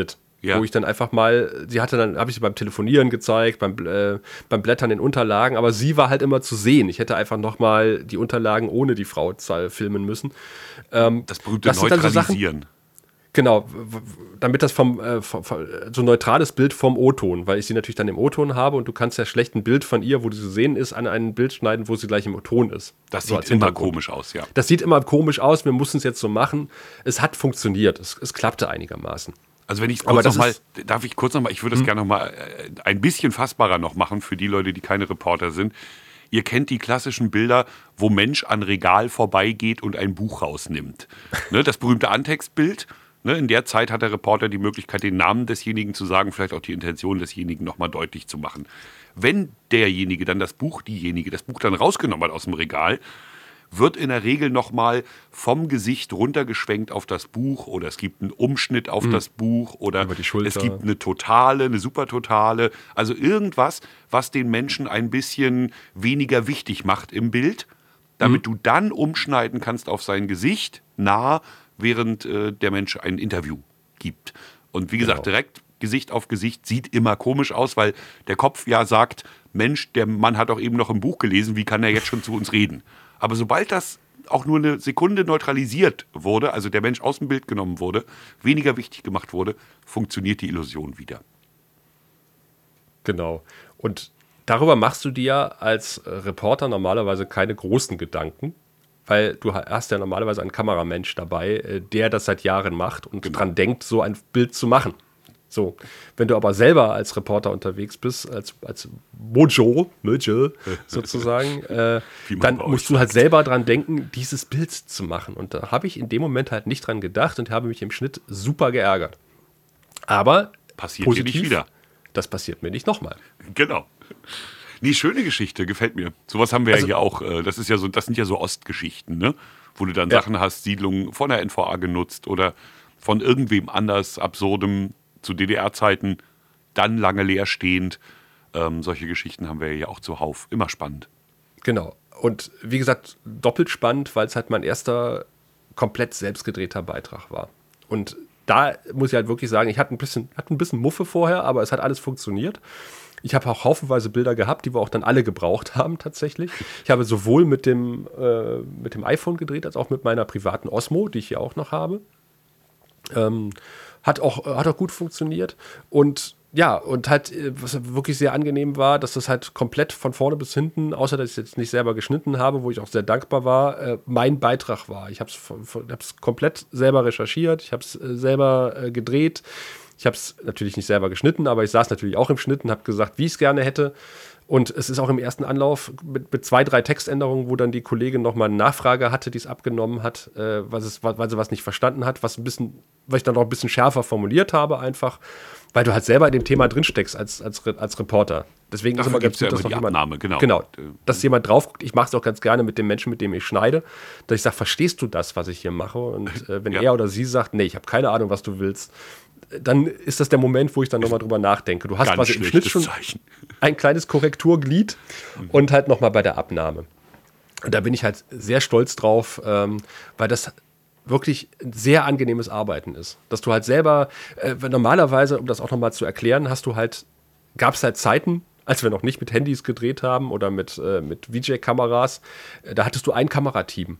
Ja. Wo ich dann einfach mal, sie hatte dann, habe ich sie beim Telefonieren gezeigt, beim, äh, beim Blättern in Unterlagen, aber sie war halt immer zu sehen. Ich hätte einfach nochmal die Unterlagen ohne die Frau filmen müssen. Ähm, das berühmte das sind dann so Neutralisieren. Sachen, genau, w- w- damit das vom, äh, vom, vom so ein neutrales Bild vom O-Ton, weil ich sie natürlich dann im O-Ton habe und du kannst ja schlecht ein Bild von ihr, wo du zu sehen ist, an ein Bild schneiden, wo sie gleich im O-Ton ist. Das So sieht als immer Hintergrund. komisch aus, ja. Das sieht immer komisch aus, wir mussten es jetzt so machen. Es hat funktioniert, es, es klappte einigermaßen. Also wenn ich Aber kurz das noch mal, ist- darf ich kurz noch mal, ich würde das gerne noch mal äh, ein bisschen fassbarer noch machen für die Leute, die keine Reporter sind. Ihr kennt die klassischen Bilder, wo Mensch an Regal vorbeigeht und ein Buch rausnimmt. Ne, das berühmte Antextbild. Ne, in der Zeit hat der Reporter die Möglichkeit, den Namen desjenigen zu sagen, vielleicht auch die Intention desjenigen noch mal deutlich zu machen. Wenn derjenige dann das Buch, diejenige das Buch dann rausgenommen hat aus dem Regal, wird in der Regel nochmal vom Gesicht runtergeschwenkt auf das Buch oder es gibt einen Umschnitt auf das Buch oder Über die Schulter. es gibt eine Totale, eine Supertotale. Also irgendwas, was den Menschen ein bisschen weniger wichtig macht im Bild, damit du dann umschneiden kannst auf sein Gesicht nah, während äh, der Mensch ein Interview gibt. Und wie gesagt, Genau. direkt Gesicht auf Gesicht sieht immer komisch aus, weil der Kopf ja sagt, Mensch, der Mann hat doch eben noch ein Buch gelesen, wie kann er jetzt schon zu uns reden? Aber sobald das auch nur eine Sekunde neutralisiert wurde, also der Mensch aus dem Bild genommen wurde, weniger wichtig gemacht wurde, funktioniert die Illusion wieder. Genau. Und darüber machst du dir als äh, Reporter normalerweise keine großen Gedanken, weil du ha- hast ja normalerweise einen Kameramensch dabei, äh, der das seit Jahren macht und Genau. dran denkt, so ein Bild zu machen. So, wenn du aber selber als Reporter unterwegs bist, als, als Mojo, Mojo sozusagen, äh, Wie man dann bei euch musst du halt selber dran denken, dieses Bild zu machen. Und da habe ich in dem Moment halt nicht dran gedacht und habe mich im Schnitt super geärgert. Aber Passiert dir nicht wieder. das passiert mir nicht nochmal. Genau. Nee, schöne Geschichte, gefällt mir. Sowas haben wir Also- ja hier auch. äh, Das ist ja so, das sind ja so Ostgeschichten, ne? Wo du dann Ja. Sachen hast, Siedlungen von der N V A genutzt oder von irgendwem anders absurdem zu D D R-Zeiten, dann lange leerstehend. Ähm, solche Geschichten haben wir ja auch zuhauf. Immer spannend. Genau. Und wie gesagt, doppelt spannend, weil es halt mein erster komplett selbst gedrehter Beitrag war. Und da muss ich halt wirklich sagen, ich hatte ein bisschen, hatte ein bisschen Muffe vorher, aber es hat alles funktioniert. Ich habe auch haufenweise Bilder gehabt, die wir auch dann alle gebraucht haben tatsächlich. Ich habe sowohl mit dem, äh, mit dem iPhone gedreht, als auch mit meiner privaten Osmo, die ich hier auch noch habe. Ähm, hat, auch, hat auch gut funktioniert. Und ja, und halt, äh, was wirklich sehr angenehm war, dass das halt komplett von vorne bis hinten, außer dass ich es jetzt nicht selber geschnitten habe, wo ich auch sehr dankbar war, äh, mein Beitrag war. Ich habe es komplett selber recherchiert, ich habe es äh, selber äh, gedreht. Ich habe es natürlich nicht selber geschnitten, aber ich saß natürlich auch im Schnitt und habe gesagt, wie ich es gerne hätte. Und es ist auch im ersten Anlauf mit, mit zwei, drei Textänderungen, wo dann die Kollegin nochmal eine Nachfrage hatte, die es abgenommen hat, äh, weil, es, weil sie was nicht verstanden hat, was ein bisschen, weil ich dann noch ein bisschen schärfer formuliert habe einfach, weil du halt selber in dem Thema drinsteckst als, als, als Reporter. Deswegen Dafür ist immer ganz gibt's ja gut, dass immer noch die jemand, Abnahme, genau. genau, dass jemand drauf guckt. Ich mache es auch ganz gerne mit dem Menschen, mit dem ich schneide, dass ich sage, verstehst du das, was ich hier mache? Und äh, wenn Ja. er oder sie sagt, nee, ich habe keine Ahnung, was du willst, dann ist das der Moment, wo ich dann nochmal drüber nachdenke. Du hast Ganz quasi im Schnitt schlechtes schon Zeichen. ein kleines Korrekturglied und halt nochmal bei der Abnahme. Und da bin ich halt sehr stolz drauf, ähm, weil das wirklich ein sehr angenehmes Arbeiten ist. Dass du halt selber, äh, normalerweise, um das auch nochmal zu erklären, hast du halt, gab es halt Zeiten, als wir noch nicht mit Handys gedreht haben oder mit, äh, mit V J-Kameras, äh, da hattest du ein Kamerateam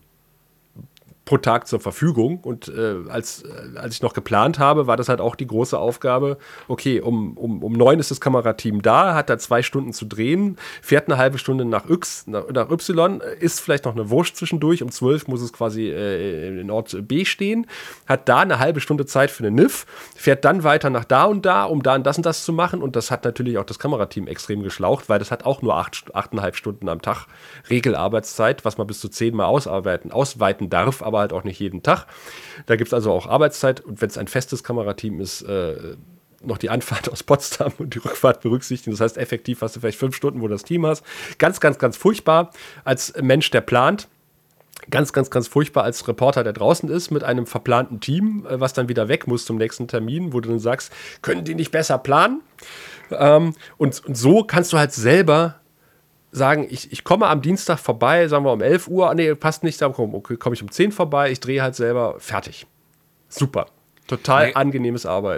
pro Tag zur Verfügung. Und äh, als, äh, als ich noch geplant habe, war das halt auch die große Aufgabe, okay, um, um, um neun ist das Kamerateam da, hat da zwei Stunden zu drehen, fährt eine halbe Stunde nach, X, nach, nach Y, isst vielleicht noch eine Wurst zwischendurch, um zwölf muss es quasi äh, in Ort B stehen, hat da eine halbe Stunde Zeit für eine N I F, fährt dann weiter nach da und da, um da und das und das zu machen. Und das hat natürlich auch das Kamerateam extrem geschlaucht, weil das hat auch nur acht, achteinhalb Stunden am Tag Regelarbeitszeit, was man bis zu zehnmal ausarbeiten, ausweiten darf, aber halt auch nicht jeden Tag. Da gibt es also auch Arbeitszeit und wenn es ein festes Kamerateam ist, äh, noch die Anfahrt aus Potsdam und die Rückfahrt berücksichtigen. Das heißt, effektiv hast du vielleicht fünf Stunden, wo du das Team hast. Ganz, ganz, ganz furchtbar als Mensch, der plant. Ganz, ganz, ganz furchtbar als Reporter, der draußen ist, mit einem verplanten Team, äh, was dann wieder weg muss zum nächsten Termin, wo du dann sagst, können die nicht besser planen? Ähm, und, und so kannst du halt selber sagen, ich, ich komme am Dienstag vorbei, sagen wir um elf Uhr, ah, nee, passt nicht, dann komme okay, komm ich um zehn vorbei, ich drehe halt selber, fertig. Super. Total Nee. angenehmes Arbeiten.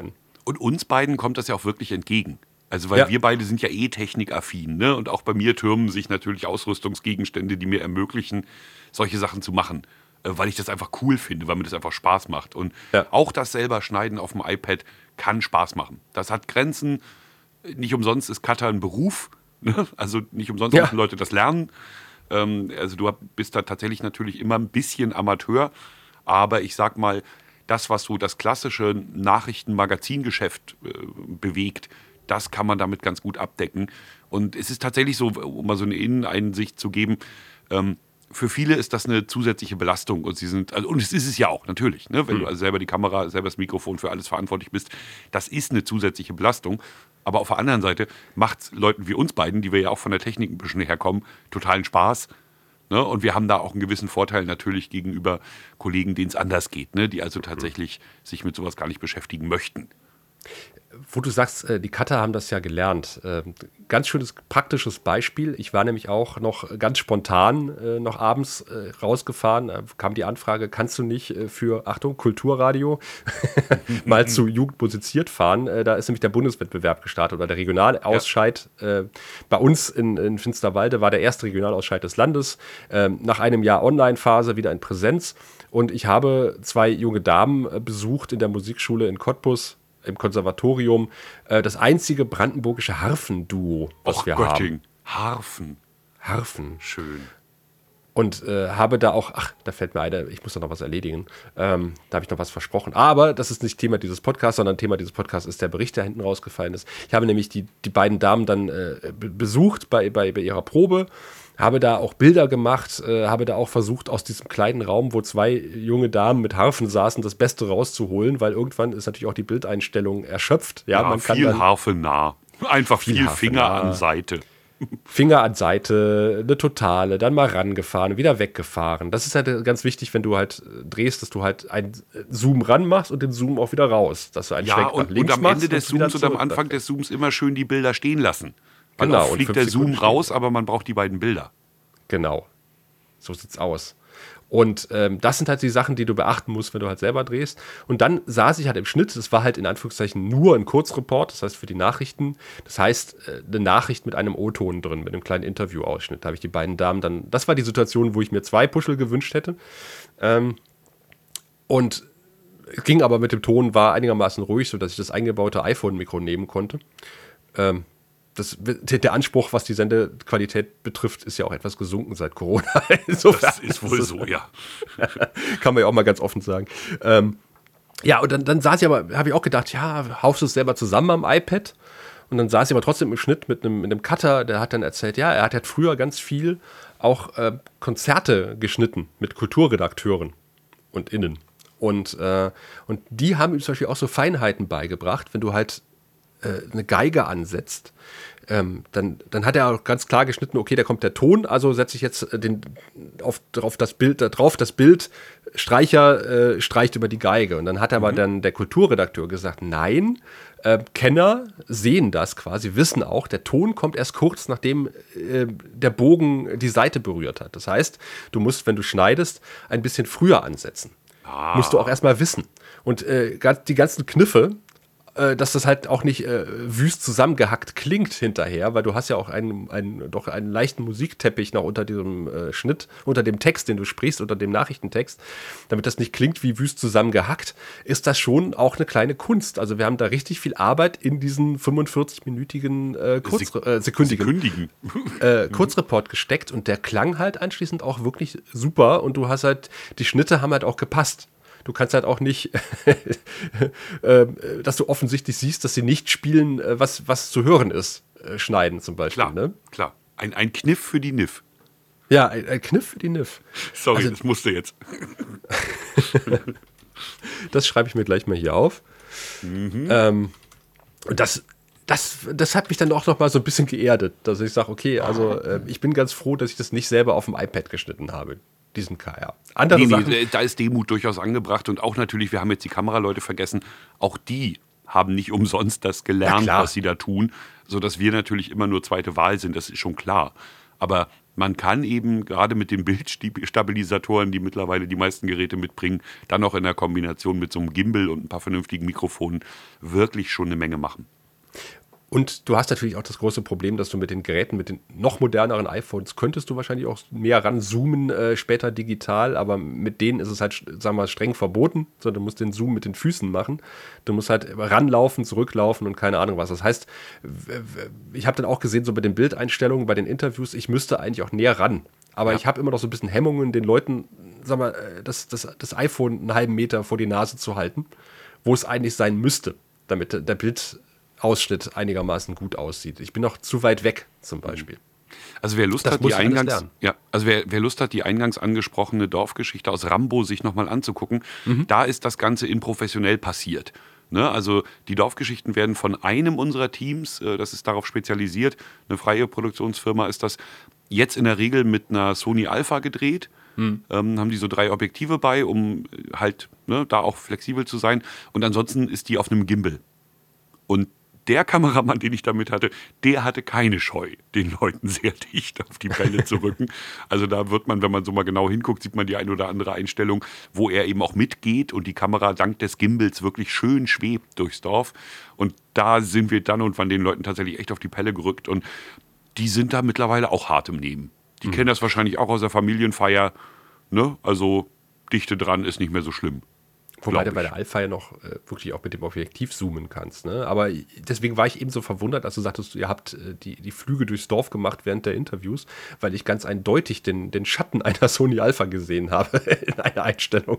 Und uns beiden kommt das ja auch wirklich entgegen. Also weil Ja. wir beide sind ja eh technikaffin, ne? Und auch bei mir türmen sich natürlich Ausrüstungsgegenstände, die mir ermöglichen, solche Sachen zu machen. Äh, weil ich das einfach cool finde, weil mir das einfach Spaß macht. Und Ja. auch das selber Schneiden auf dem iPad kann Spaß machen. Das hat Grenzen. Nicht umsonst ist Cutter ein Beruf. Ne? Also nicht umsonst Ja. müssen Leute das lernen. Ähm, also du bist da tatsächlich natürlich immer ein bisschen Amateur. Aber ich sag mal, das, was so das klassische Nachrichten-Magazingeschäft äh, bewegt, das kann man damit ganz gut abdecken. Und es ist tatsächlich so, um mal so eine Inneneinsicht zu geben, ähm, für viele ist das eine zusätzliche Belastung. Und sie sind, also, und es ist es ja auch, natürlich, ne? Wenn Mhm. du also selber die Kamera, selber das Mikrofon für alles verantwortlich bist, das ist eine zusätzliche Belastung. Aber auf der anderen Seite macht es Leuten wie uns beiden, die wir ja auch von der Technik ein bisschen herkommen, totalen Spaß. Ne? Und wir haben da auch einen gewissen Vorteil natürlich gegenüber Kollegen, denen es anders geht, ne? Die also tatsächlich sich mit sowas gar nicht beschäftigen möchten. Wo du sagst, äh, die Cutter haben das ja gelernt. Ähm, Ganz schönes praktisches Beispiel. Ich war nämlich auch noch ganz spontan äh, noch abends äh, rausgefahren. Da kam die Anfrage, kannst du nicht äh, für, Achtung, Kulturradio mal zu Jugend musiziert fahren? Äh, Da ist nämlich der Bundeswettbewerb gestartet oder der Regionalausscheid. Äh, Bei uns in, in Finsterwalde war der erste Regionalausscheid des Landes. Ähm, Nach einem Jahr Online-Phase wieder in Präsenz. Und ich habe zwei junge Damen äh, besucht in der Musikschule in Cottbus, im Konservatorium, äh, das einzige brandenburgische Harfenduo, was Och wir Göttingen, haben. Harfen, Harfen. schön. Und äh, habe da auch, ach, da fällt mir ein, ich muss da noch was erledigen. Ähm, da habe ich noch was versprochen. Aber das ist nicht Thema dieses Podcasts, sondern Thema dieses Podcasts ist der Bericht, der hinten rausgefallen ist. Ich habe nämlich die, die beiden Damen dann äh, be- besucht bei, bei, bei ihrer Probe, habe da auch Bilder gemacht, äh, habe da auch versucht, aus diesem kleinen Raum, wo zwei junge Damen mit Harfen saßen, das Beste rauszuholen, weil irgendwann ist natürlich auch die Bildeinstellung erschöpft. Ja, Ja, man kann viel dann Harfe nah. Einfach Viel viel, Harfe Finger nah. an Seite. Finger an Seite, eine Totale, dann mal rangefahren, wieder weggefahren. Das ist halt ganz wichtig, wenn du halt äh, drehst, dass du halt einen äh, Zoom ran machst und den Zoom auch wieder raus. Dass du einen Ja, Schwenk nach und, links und am machst Ende des wieder Zooms und am zurück. Anfang des Zooms immer schön die Bilder stehen lassen. Weil Genau, oft und fliegt fünf der Sekunden Zoom stehen raus, aber man braucht die beiden Bilder. Genau. So sieht's aus. Und ähm, das sind halt die Sachen, die du beachten musst, wenn du halt selber drehst. Und dann saß ich halt im Schnitt, das war halt in Anführungszeichen nur ein Kurzreport, das heißt für die Nachrichten. Das heißt, äh, eine Nachricht mit einem O-Ton drin, mit einem kleinen Interviewausschnitt. Da habe ich die beiden Damen dann, das war die Situation, wo ich mir zwei Puschel gewünscht hätte. Ähm, und es ging aber mit dem Ton, war einigermaßen ruhig, sodass ich das eingebaute iPhone-Mikro nehmen konnte. Ähm, Das, der Anspruch, was die Sendequalität betrifft, ist ja auch etwas gesunken seit Corona. Insofern Das ist wohl so, ja. kann man ja auch mal ganz offen sagen. Ähm, ja, und dann, dann saß ich aber, habe ich auch gedacht, ja, haust du es selber zusammen am iPad? Und dann saß ich aber trotzdem im Schnitt mit einem, mit einem Cutter, der hat dann erzählt, ja, er hat halt früher ganz viel auch äh, Konzerte geschnitten mit Kulturredakteuren und Innen. Und, äh, und die haben ihm zum Beispiel auch so Feinheiten beigebracht, wenn du halt eine Geige ansetzt, ähm, dann, dann hat er auch ganz klar geschnitten, okay, da kommt der Ton, also setze ich jetzt den, auf, auf das Bild, da drauf das Bild, Streicher äh, streicht über die Geige. Und dann hat aber dann der Kulturredakteur gesagt, nein, äh, Kenner sehen das quasi, wissen auch, der Ton kommt erst kurz, nachdem äh, der Bogen die Seite berührt hat. Das heißt, du musst, wenn du schneidest, ein bisschen früher ansetzen. Ah. Musst du auch erstmal wissen. Und äh, die ganzen Kniffe, dass das halt auch nicht äh, wüst zusammengehackt klingt hinterher, weil du hast ja auch einen, einen, doch einen leichten Musikteppich noch unter diesem äh, Schnitt, unter dem Text, den du sprichst, unter dem Nachrichtentext. Damit das nicht klingt wie wüst zusammengehackt, ist das schon auch eine kleine Kunst. Also wir haben da richtig viel Arbeit in diesen fünfundvierzig-minütigen äh, Kurz, Sek äh, sekündigen Sekündigen. äh, Kurzreport gesteckt und der klang halt anschließend auch wirklich super und du hast halt, die Schnitte haben halt auch gepasst. Du kannst halt auch nicht, äh, dass du offensichtlich siehst, dass sie nicht spielen, äh, was, was zu hören ist, äh, schneiden zum Beispiel. Klar, Ne? klar. Ein, ein Kniff für die Niff. Ja, ein, ein Kniff für die Niff. Sorry, Also- das musste jetzt. Das schreibe ich mir gleich mal hier auf. Ähm, und das, das, das hat mich dann auch noch mal so ein bisschen geerdet, dass ich sage, okay, also äh, ich bin ganz froh, dass ich das nicht selber auf dem iPad geschnitten habe, diesen K R. Andere Nee, Sachen, nee, da ist Demut durchaus angebracht und auch natürlich, wir haben jetzt die Kameraleute vergessen, auch die haben nicht umsonst das Na gelernt, klar. was sie da tun, sodass wir natürlich immer nur zweite Wahl sind, das ist schon klar. Aber man kann eben gerade mit den Bildstabilisatoren, die mittlerweile die meisten Geräte mitbringen, dann noch in der Kombination mit so einem Gimbal und ein paar vernünftigen Mikrofonen wirklich schon eine Menge machen. Und du hast natürlich auch das große Problem, dass du mit den Geräten, mit den noch moderneren iPhones, könntest du wahrscheinlich auch mehr ranzoomen, äh, später digital, aber mit denen ist es halt, sagen wir mal, streng verboten, sondern du musst den Zoom mit den Füßen machen. Du musst halt ranlaufen, zurücklaufen und keine Ahnung was. Das heißt, ich habe dann auch gesehen, so bei den Bildeinstellungen, bei den Interviews, ich müsste eigentlich auch näher ran. Aber ja. ich habe immer noch so ein bisschen Hemmungen, den Leuten, sag mal, das, das, das iPhone einen halben Meter vor die Nase zu halten, wo es eigentlich sein müsste, damit der Bild Ausschnitt einigermaßen gut aussieht. Ich bin noch zu weit weg, zum Beispiel. Also wer Lust Das hat, muss die alles Eingangs, lernen. ja, also wer, wer Lust hat, die eingangs angesprochene Dorfgeschichte aus Rambo sich nochmal anzugucken, Mhm. da ist das Ganze in professionell passiert. Ne? Also die Dorfgeschichten werden von einem unserer Teams, äh, das ist darauf spezialisiert, eine freie Produktionsfirma ist das, jetzt in der Regel mit einer Sony Alpha gedreht. Ähm, haben die so drei Objektive bei, um äh, halt ne, da auch flexibel zu sein. Und ansonsten ist die auf einem Gimbal. Und der Kameramann, den ich damit hatte, der hatte keine Scheu, den Leuten sehr dicht auf die Bälle zu rücken. Also da wird man, wenn man so mal genau hinguckt, sieht man die ein oder andere Einstellung, wo er eben auch mitgeht und die Kamera dank des Gimbals wirklich schön schwebt durchs Dorf. Und da sind wir dann und wann den Leuten tatsächlich echt auf die Pelle gerückt. Und die sind da mittlerweile auch hart im Nehmen. Die mhm. kennen das wahrscheinlich auch aus der Familienfeier. Ne? Also Dichte dran ist nicht mehr so schlimm. Wobei du bei der Alpha ja noch äh, wirklich auch mit dem Objektiv zoomen kannst. Ne? Aber deswegen war ich eben so verwundert, als du sagtest, ihr habt äh, die, die Flüge durchs Dorf gemacht während der Interviews, weil ich ganz eindeutig den, den Schatten einer Sony Alpha gesehen habe in einer Einstellung.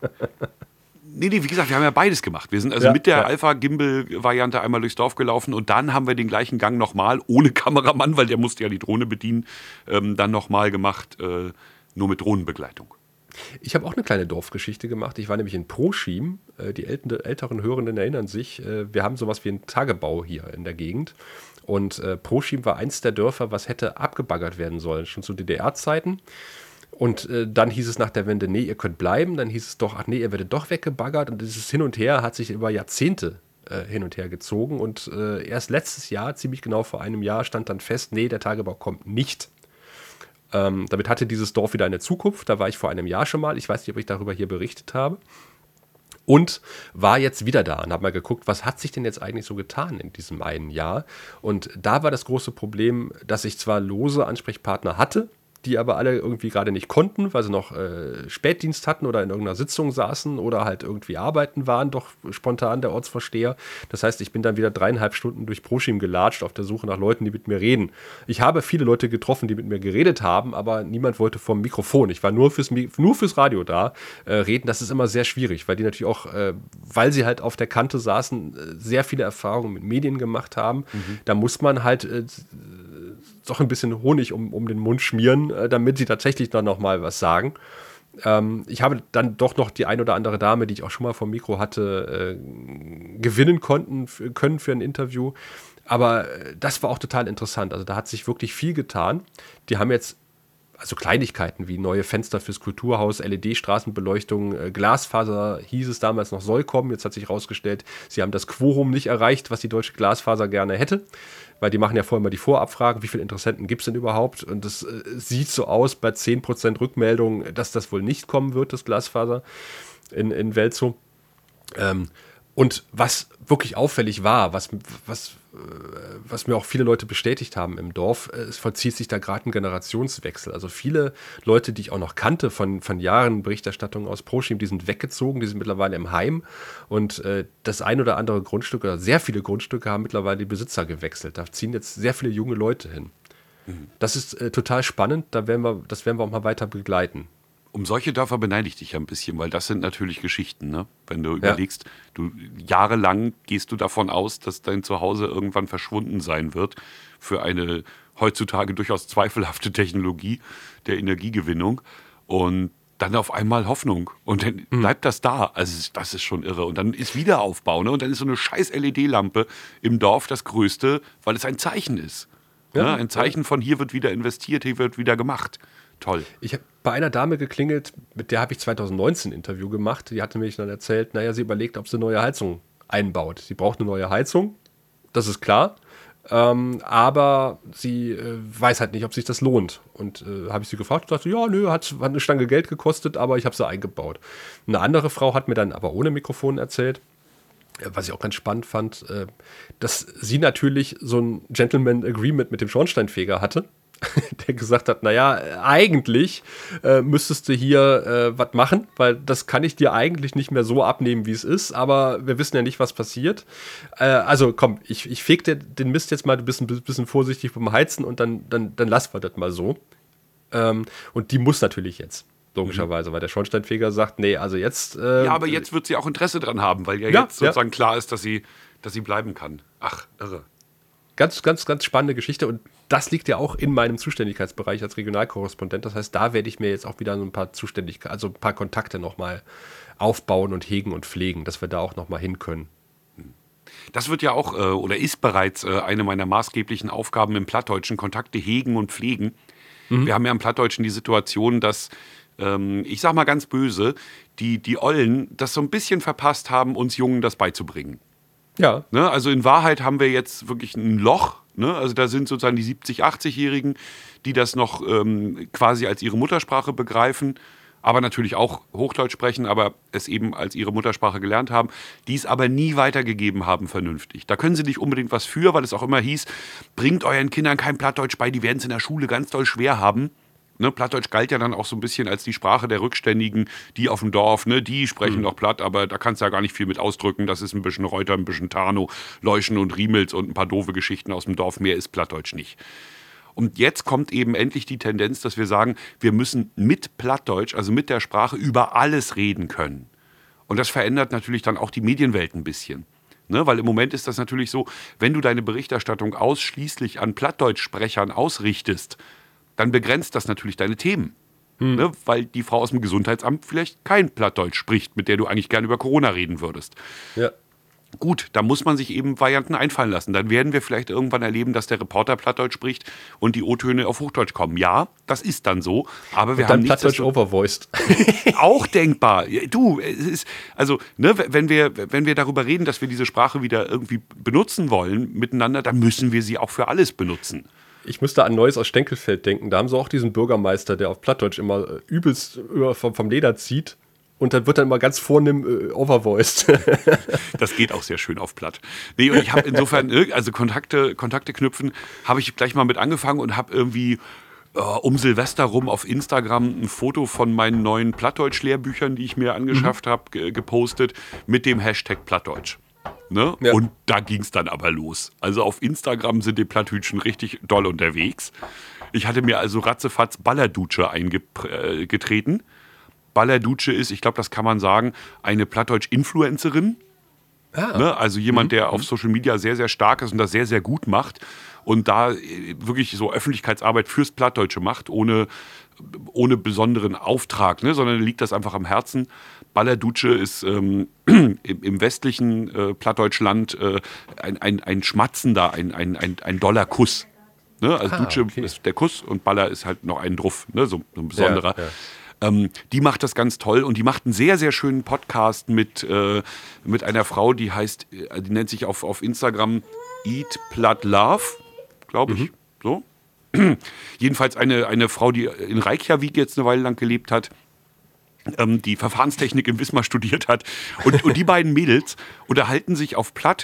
Nee, nee, wie gesagt, wir haben ja beides gemacht. Wir sind also ja, mit der ja. Alpha-Gimbal-Variante einmal durchs Dorf gelaufen und dann haben wir den gleichen Gang nochmal, ohne Kameramann, weil der musste ja die Drohne bedienen, ähm, dann nochmal gemacht, äh, nur mit Drohnenbegleitung. Ich habe auch eine kleine Dorfgeschichte gemacht. Ich war nämlich in Proschim. Die älteren Hörenden erinnern sich, wir haben sowas wie einen Tagebau hier in der Gegend. Und Proschim war eins der Dörfer, was hätte abgebaggert werden sollen, schon zu D D R-Zeiten. Und dann hieß es nach der Wende, nee, ihr könnt bleiben. Dann hieß es doch, ach nee, ihr werdet doch weggebaggert. Und dieses Hin und Her hat sich über Jahrzehnte hin und her gezogen. Und erst letztes Jahr, ziemlich genau vor einem Jahr, stand dann fest, nee, der Tagebau kommt nicht. Ähm, damit hatte dieses Dorf wieder eine Zukunft. Da war ich vor einem Jahr schon mal. Ich weiß nicht, ob ich darüber hier berichtet habe. Und war jetzt wieder da und habe mal geguckt, was hat sich denn jetzt eigentlich so getan in diesem einen Jahr. Und da war das große Problem, dass ich zwar lose Ansprechpartner hatte, die aber alle irgendwie gerade nicht konnten, weil sie noch äh, Spätdienst hatten oder in irgendeiner Sitzung saßen oder halt irgendwie arbeiten waren, doch spontan der Ortsvorsteher. Das heißt, ich bin dann wieder dreieinhalb Stunden durch Proschim gelatscht auf der Suche nach Leuten, die mit mir reden. Ich habe viele Leute getroffen, die mit mir geredet haben, aber niemand wollte vom Mikrofon. Ich war nur fürs, nur fürs Radio da. Äh, reden, das ist immer sehr schwierig, weil die natürlich auch, äh, weil sie halt auf der Kante saßen, äh, sehr viele Erfahrungen mit Medien gemacht haben. Mhm. Da muss man halt äh, doch ein bisschen Honig um, um den Mund schmieren, äh, damit sie tatsächlich dann noch mal was sagen. Ähm, ich habe dann doch noch die ein oder andere Dame, die ich auch schon mal vom Mikro hatte, äh, gewinnen konnten, f- können für ein Interview. Aber äh, das war auch total interessant. Also da hat sich wirklich viel getan. Die haben jetzt also Kleinigkeiten wie neue Fenster fürs Kulturhaus, L E D-Straßenbeleuchtung, äh, Glasfaser hieß es damals noch, soll kommen. Jetzt hat sich herausgestellt, sie haben das Quorum nicht erreicht, was die deutsche Glasfaser gerne hätte. Weil die machen ja vorher immer die Vorabfragen, wie viele Interessenten gibt es denn überhaupt? Und es äh, sieht so aus bei zehn Prozent Rückmeldung, dass das wohl nicht kommen wird, das Glasfaser in, in Welzow. Ähm, und was wirklich auffällig war, was, was, äh, was mir auch viele Leute bestätigt haben im Dorf, äh, es vollzieht sich da gerade ein Generationswechsel. Also viele Leute, die ich auch noch kannte von, von Jahren Berichterstattung aus Proschim, die sind weggezogen, die sind mittlerweile im Heim. Und äh, das ein oder andere Grundstück oder sehr viele Grundstücke haben mittlerweile die Besitzer gewechselt. Da ziehen jetzt sehr viele junge Leute hin. Mhm. Das ist äh, total spannend, da werden wir, das werden wir auch mal weiter begleiten. Um solche Dörfer beneide ich dich ja ein bisschen, weil das sind natürlich Geschichten, ne? Wenn du Ja. überlegst, du jahrelang gehst du davon aus, dass dein Zuhause irgendwann verschwunden sein wird für eine heutzutage durchaus zweifelhafte Technologie der Energiegewinnung und dann auf einmal Hoffnung und dann bleibt das da. Also das ist schon irre. Und dann ist Wiederaufbau, ne? Und dann ist so eine scheiß L E D-Lampe im Dorf das Größte, weil es ein Zeichen ist. Ja, ne? Ein Zeichen von hier wird wieder investiert, hier wird wieder gemacht. Toll. Ich habe bei einer Dame geklingelt, mit der habe ich zwanzig neunzehn ein Interview gemacht. Die hatte mir dann erzählt, naja, sie überlegt, ob sie eine neue Heizung einbaut. Sie braucht eine neue Heizung, das ist klar. Ähm, aber sie äh, weiß halt nicht, ob sich das lohnt. Und äh, habe ich sie gefragt und sagte, ja, nö, hat, hat eine Stange Geld gekostet, aber ich habe sie eingebaut. Eine andere Frau hat mir dann aber ohne Mikrofon erzählt, äh, was ich auch ganz spannend fand, äh, dass sie natürlich so ein Gentleman Agreement mit dem Schornsteinfeger hatte, der gesagt hat, naja, eigentlich äh, müsstest du hier äh, was machen, weil das kann ich dir eigentlich nicht mehr so abnehmen, wie es ist, aber wir wissen ja nicht, was passiert. Äh, also komm, ich, ich feg dir den Mist jetzt mal, du bist ein bisschen vorsichtig beim Heizen und dann, dann, dann lassen wir das mal so. Ähm, und die muss natürlich jetzt, logischerweise, mhm. weil der Schornsteinfeger sagt, nee, also jetzt... Äh, ja, aber jetzt wird sie auch Interesse dran haben, weil ja, ja jetzt sozusagen ja. klar ist, dass sie, dass sie bleiben kann. Ach, irre. Ganz, ganz, ganz spannende Geschichte und das liegt ja auch in meinem Zuständigkeitsbereich als Regionalkorrespondent. Das heißt, da werde ich mir jetzt auch wieder so ein paar Zuständigkeiten, also ein paar Kontakte nochmal aufbauen und hegen und pflegen, dass wir da auch nochmal hin können. Das wird ja auch äh, oder ist bereits äh, eine meiner maßgeblichen Aufgaben im Plattdeutschen, Kontakte hegen und pflegen. Mhm. Wir haben ja im Plattdeutschen die Situation, dass, ähm, ich sag mal ganz böse, die, die Ollen das so ein bisschen verpasst haben, uns Jungen das beizubringen. Ja. Ne, also in Wahrheit haben wir jetzt wirklich ein Loch. Ne? Also da sind sozusagen die siebzig-, achtzigjährigen, die das noch ähm, quasi als ihre Muttersprache begreifen, aber natürlich auch Hochdeutsch sprechen, aber es eben als ihre Muttersprache gelernt haben, die es aber nie weitergegeben haben vernünftig. Da können sie nicht unbedingt was für, weil es auch immer hieß, bringt euren Kindern kein Plattdeutsch bei, die werden es in der Schule ganz doll schwer haben. Ne, Plattdeutsch galt ja dann auch so ein bisschen als die Sprache der Rückständigen, die auf dem Dorf, ne, die sprechen mhm. noch Platt, aber da kannst du ja gar nicht viel mit ausdrücken. Das ist ein bisschen Reuter, ein bisschen Tarnow, Leuschen und Riemels und ein paar doofe Geschichten aus dem Dorf. Mehr ist Plattdeutsch nicht. Und jetzt kommt eben endlich die Tendenz, dass wir sagen, wir müssen mit Plattdeutsch, also mit der Sprache, über alles reden können. Und das verändert natürlich dann auch die Medienwelt ein bisschen. Ne, weil im Moment ist das natürlich so, wenn du deine Berichterstattung ausschließlich an Plattdeutschsprechern ausrichtest, dann begrenzt das natürlich deine Themen. Hm. Ne, weil die Frau aus dem Gesundheitsamt vielleicht kein Plattdeutsch spricht, mit der du eigentlich gerne über Corona reden würdest. Ja. Gut, da muss man sich eben Varianten einfallen lassen. Dann werden wir vielleicht irgendwann erleben, dass der Reporter Plattdeutsch spricht und die O-Töne auf Hochdeutsch kommen. Ja, das ist dann so. Aber wir und dann haben Plattdeutsch nichts, overvoiced. Auch denkbar. Du, es ist, also, ne, wenn wir, wenn wir darüber reden, dass wir diese Sprache wieder irgendwie benutzen wollen miteinander, dann müssen wir sie auch für alles benutzen. Ich müsste an Neues aus Stenkelfeld denken. Da haben sie auch diesen Bürgermeister, der auf Plattdeutsch immer äh, übelst über, vom, vom Leder zieht. Und dann wird dann immer ganz vornehm äh, overvoiced. Das geht auch sehr schön auf Platt. Nee, und ich habe insofern, also Kontakte, Kontakte knüpfen, habe ich gleich mal mit angefangen und habe irgendwie äh, um Silvester rum auf Instagram ein Foto von meinen neuen Plattdeutsch-Lehrbüchern, die ich mir angeschafft mhm. habe, ge- gepostet mit dem Hashtag Plattdeutsch. Ne? Ja. Und da ging es dann aber los. Also auf Instagram sind die Platthütchen richtig doll unterwegs. Ich hatte mir also ratzefatz Ballerdutsche eingetreten. Äh, Ballerdutsche ist, ich glaube, das kann man sagen, eine Plattdeutsch-Influencerin. Ah. Ne? Also jemand, mhm. der auf Social Media sehr, sehr stark ist und das sehr, sehr gut macht. Und da wirklich so Öffentlichkeitsarbeit fürs Plattdeutsche macht, ohne, ohne besonderen Auftrag, ne? Sondern liegt das einfach am Herzen. Ballerdutsche ist ähm, im, im westlichen äh, Plattdeutschland äh, ein, ein, ein schmatzender, ein, ein, ein, ein doller Kuss. Ne? Also ah, Dutsche okay. ist der Kuss und Baller ist halt noch ein Druff, ne? so, so ein besonderer. Ja, ja. Ähm, die macht das ganz toll und die macht einen sehr, sehr schönen Podcast mit, äh, mit einer Frau, die heißt, die nennt sich auf, auf Instagram Eat Platt Love, glaube ich. Mhm. So. Jedenfalls eine, eine Frau, die in Reykjavik jetzt eine Weile lang gelebt hat, ähm, die Verfahrenstechnik in Wismar studiert hat. Und, und die beiden Mädels unterhalten sich auf Platt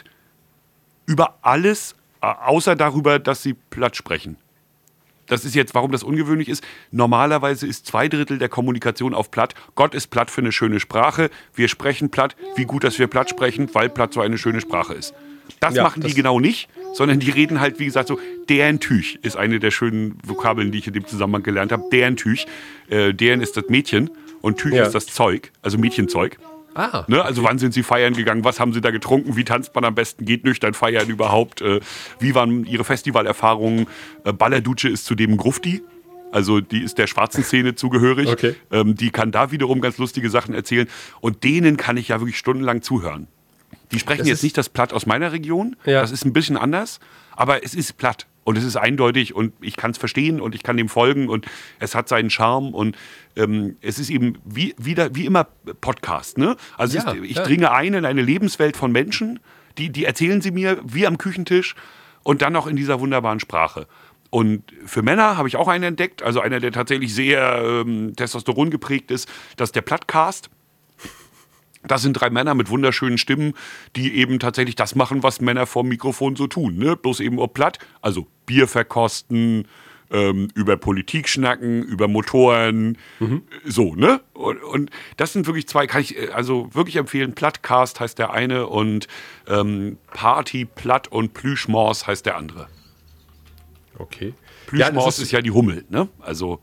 über alles, außer darüber, dass sie Platt sprechen. Das ist jetzt, warum das ungewöhnlich ist. Normalerweise ist zwei Drittel der Kommunikation auf Platt. Gott ist Platt für eine schöne Sprache. Wir sprechen Platt. Wie gut, dass wir Platt sprechen, weil Platt so eine schöne Sprache ist. Das ja, machen das die genau nicht, sondern die reden halt, wie gesagt, so, deren Tüch ist eine der schönen Vokabeln, die ich in dem Zusammenhang gelernt habe. Deren Tüch. Äh, deren ist das Mädchen und Tüch ja. ist das Zeug, also Mädchenzeug. Ah, ne? Also wann sind sie feiern gegangen, was haben sie da getrunken, wie tanzt man am besten, geht nüchtern feiern überhaupt, äh, wie waren ihre Festivalerfahrungen. Äh, Ballerdutsche ist zudem Grufti, also die ist der schwarzen Szene zugehörig. Okay. Ähm, die kann da wiederum ganz lustige Sachen erzählen und denen kann ich ja wirklich stundenlang zuhören. Die sprechen das jetzt nicht das Platt aus meiner Region, ja. das ist ein bisschen anders, aber es ist Platt. Und es ist eindeutig und ich kann es verstehen und ich kann dem folgen und es hat seinen Charme und ähm, es ist eben wie, wieder, wie immer Podcast. Ne? Also ja, ist, ich ja. dringe ein in eine Lebenswelt von Menschen, die, die erzählen sie mir wie am Küchentisch Und dann noch in dieser wunderbaren Sprache. Und für Männer habe ich auch einen entdeckt, also einer, der tatsächlich sehr ähm, Testosteron geprägt ist, das ist der Plattcast. Das sind drei Männer mit wunderschönen Stimmen, die eben tatsächlich das machen, was Männer vorm Mikrofon so tun. Ne? Bloß eben ob platt, also Bier verkosten, ähm, über Politik schnacken, über Motoren, mhm. so, ne? Und, und das sind wirklich zwei, kann ich also wirklich empfehlen. Plattcast heißt der eine und ähm, Party, Platt und Plüschmors heißt der andere. Okay. Plüschmors ja, ist, ist ja die Hummel, ne? Also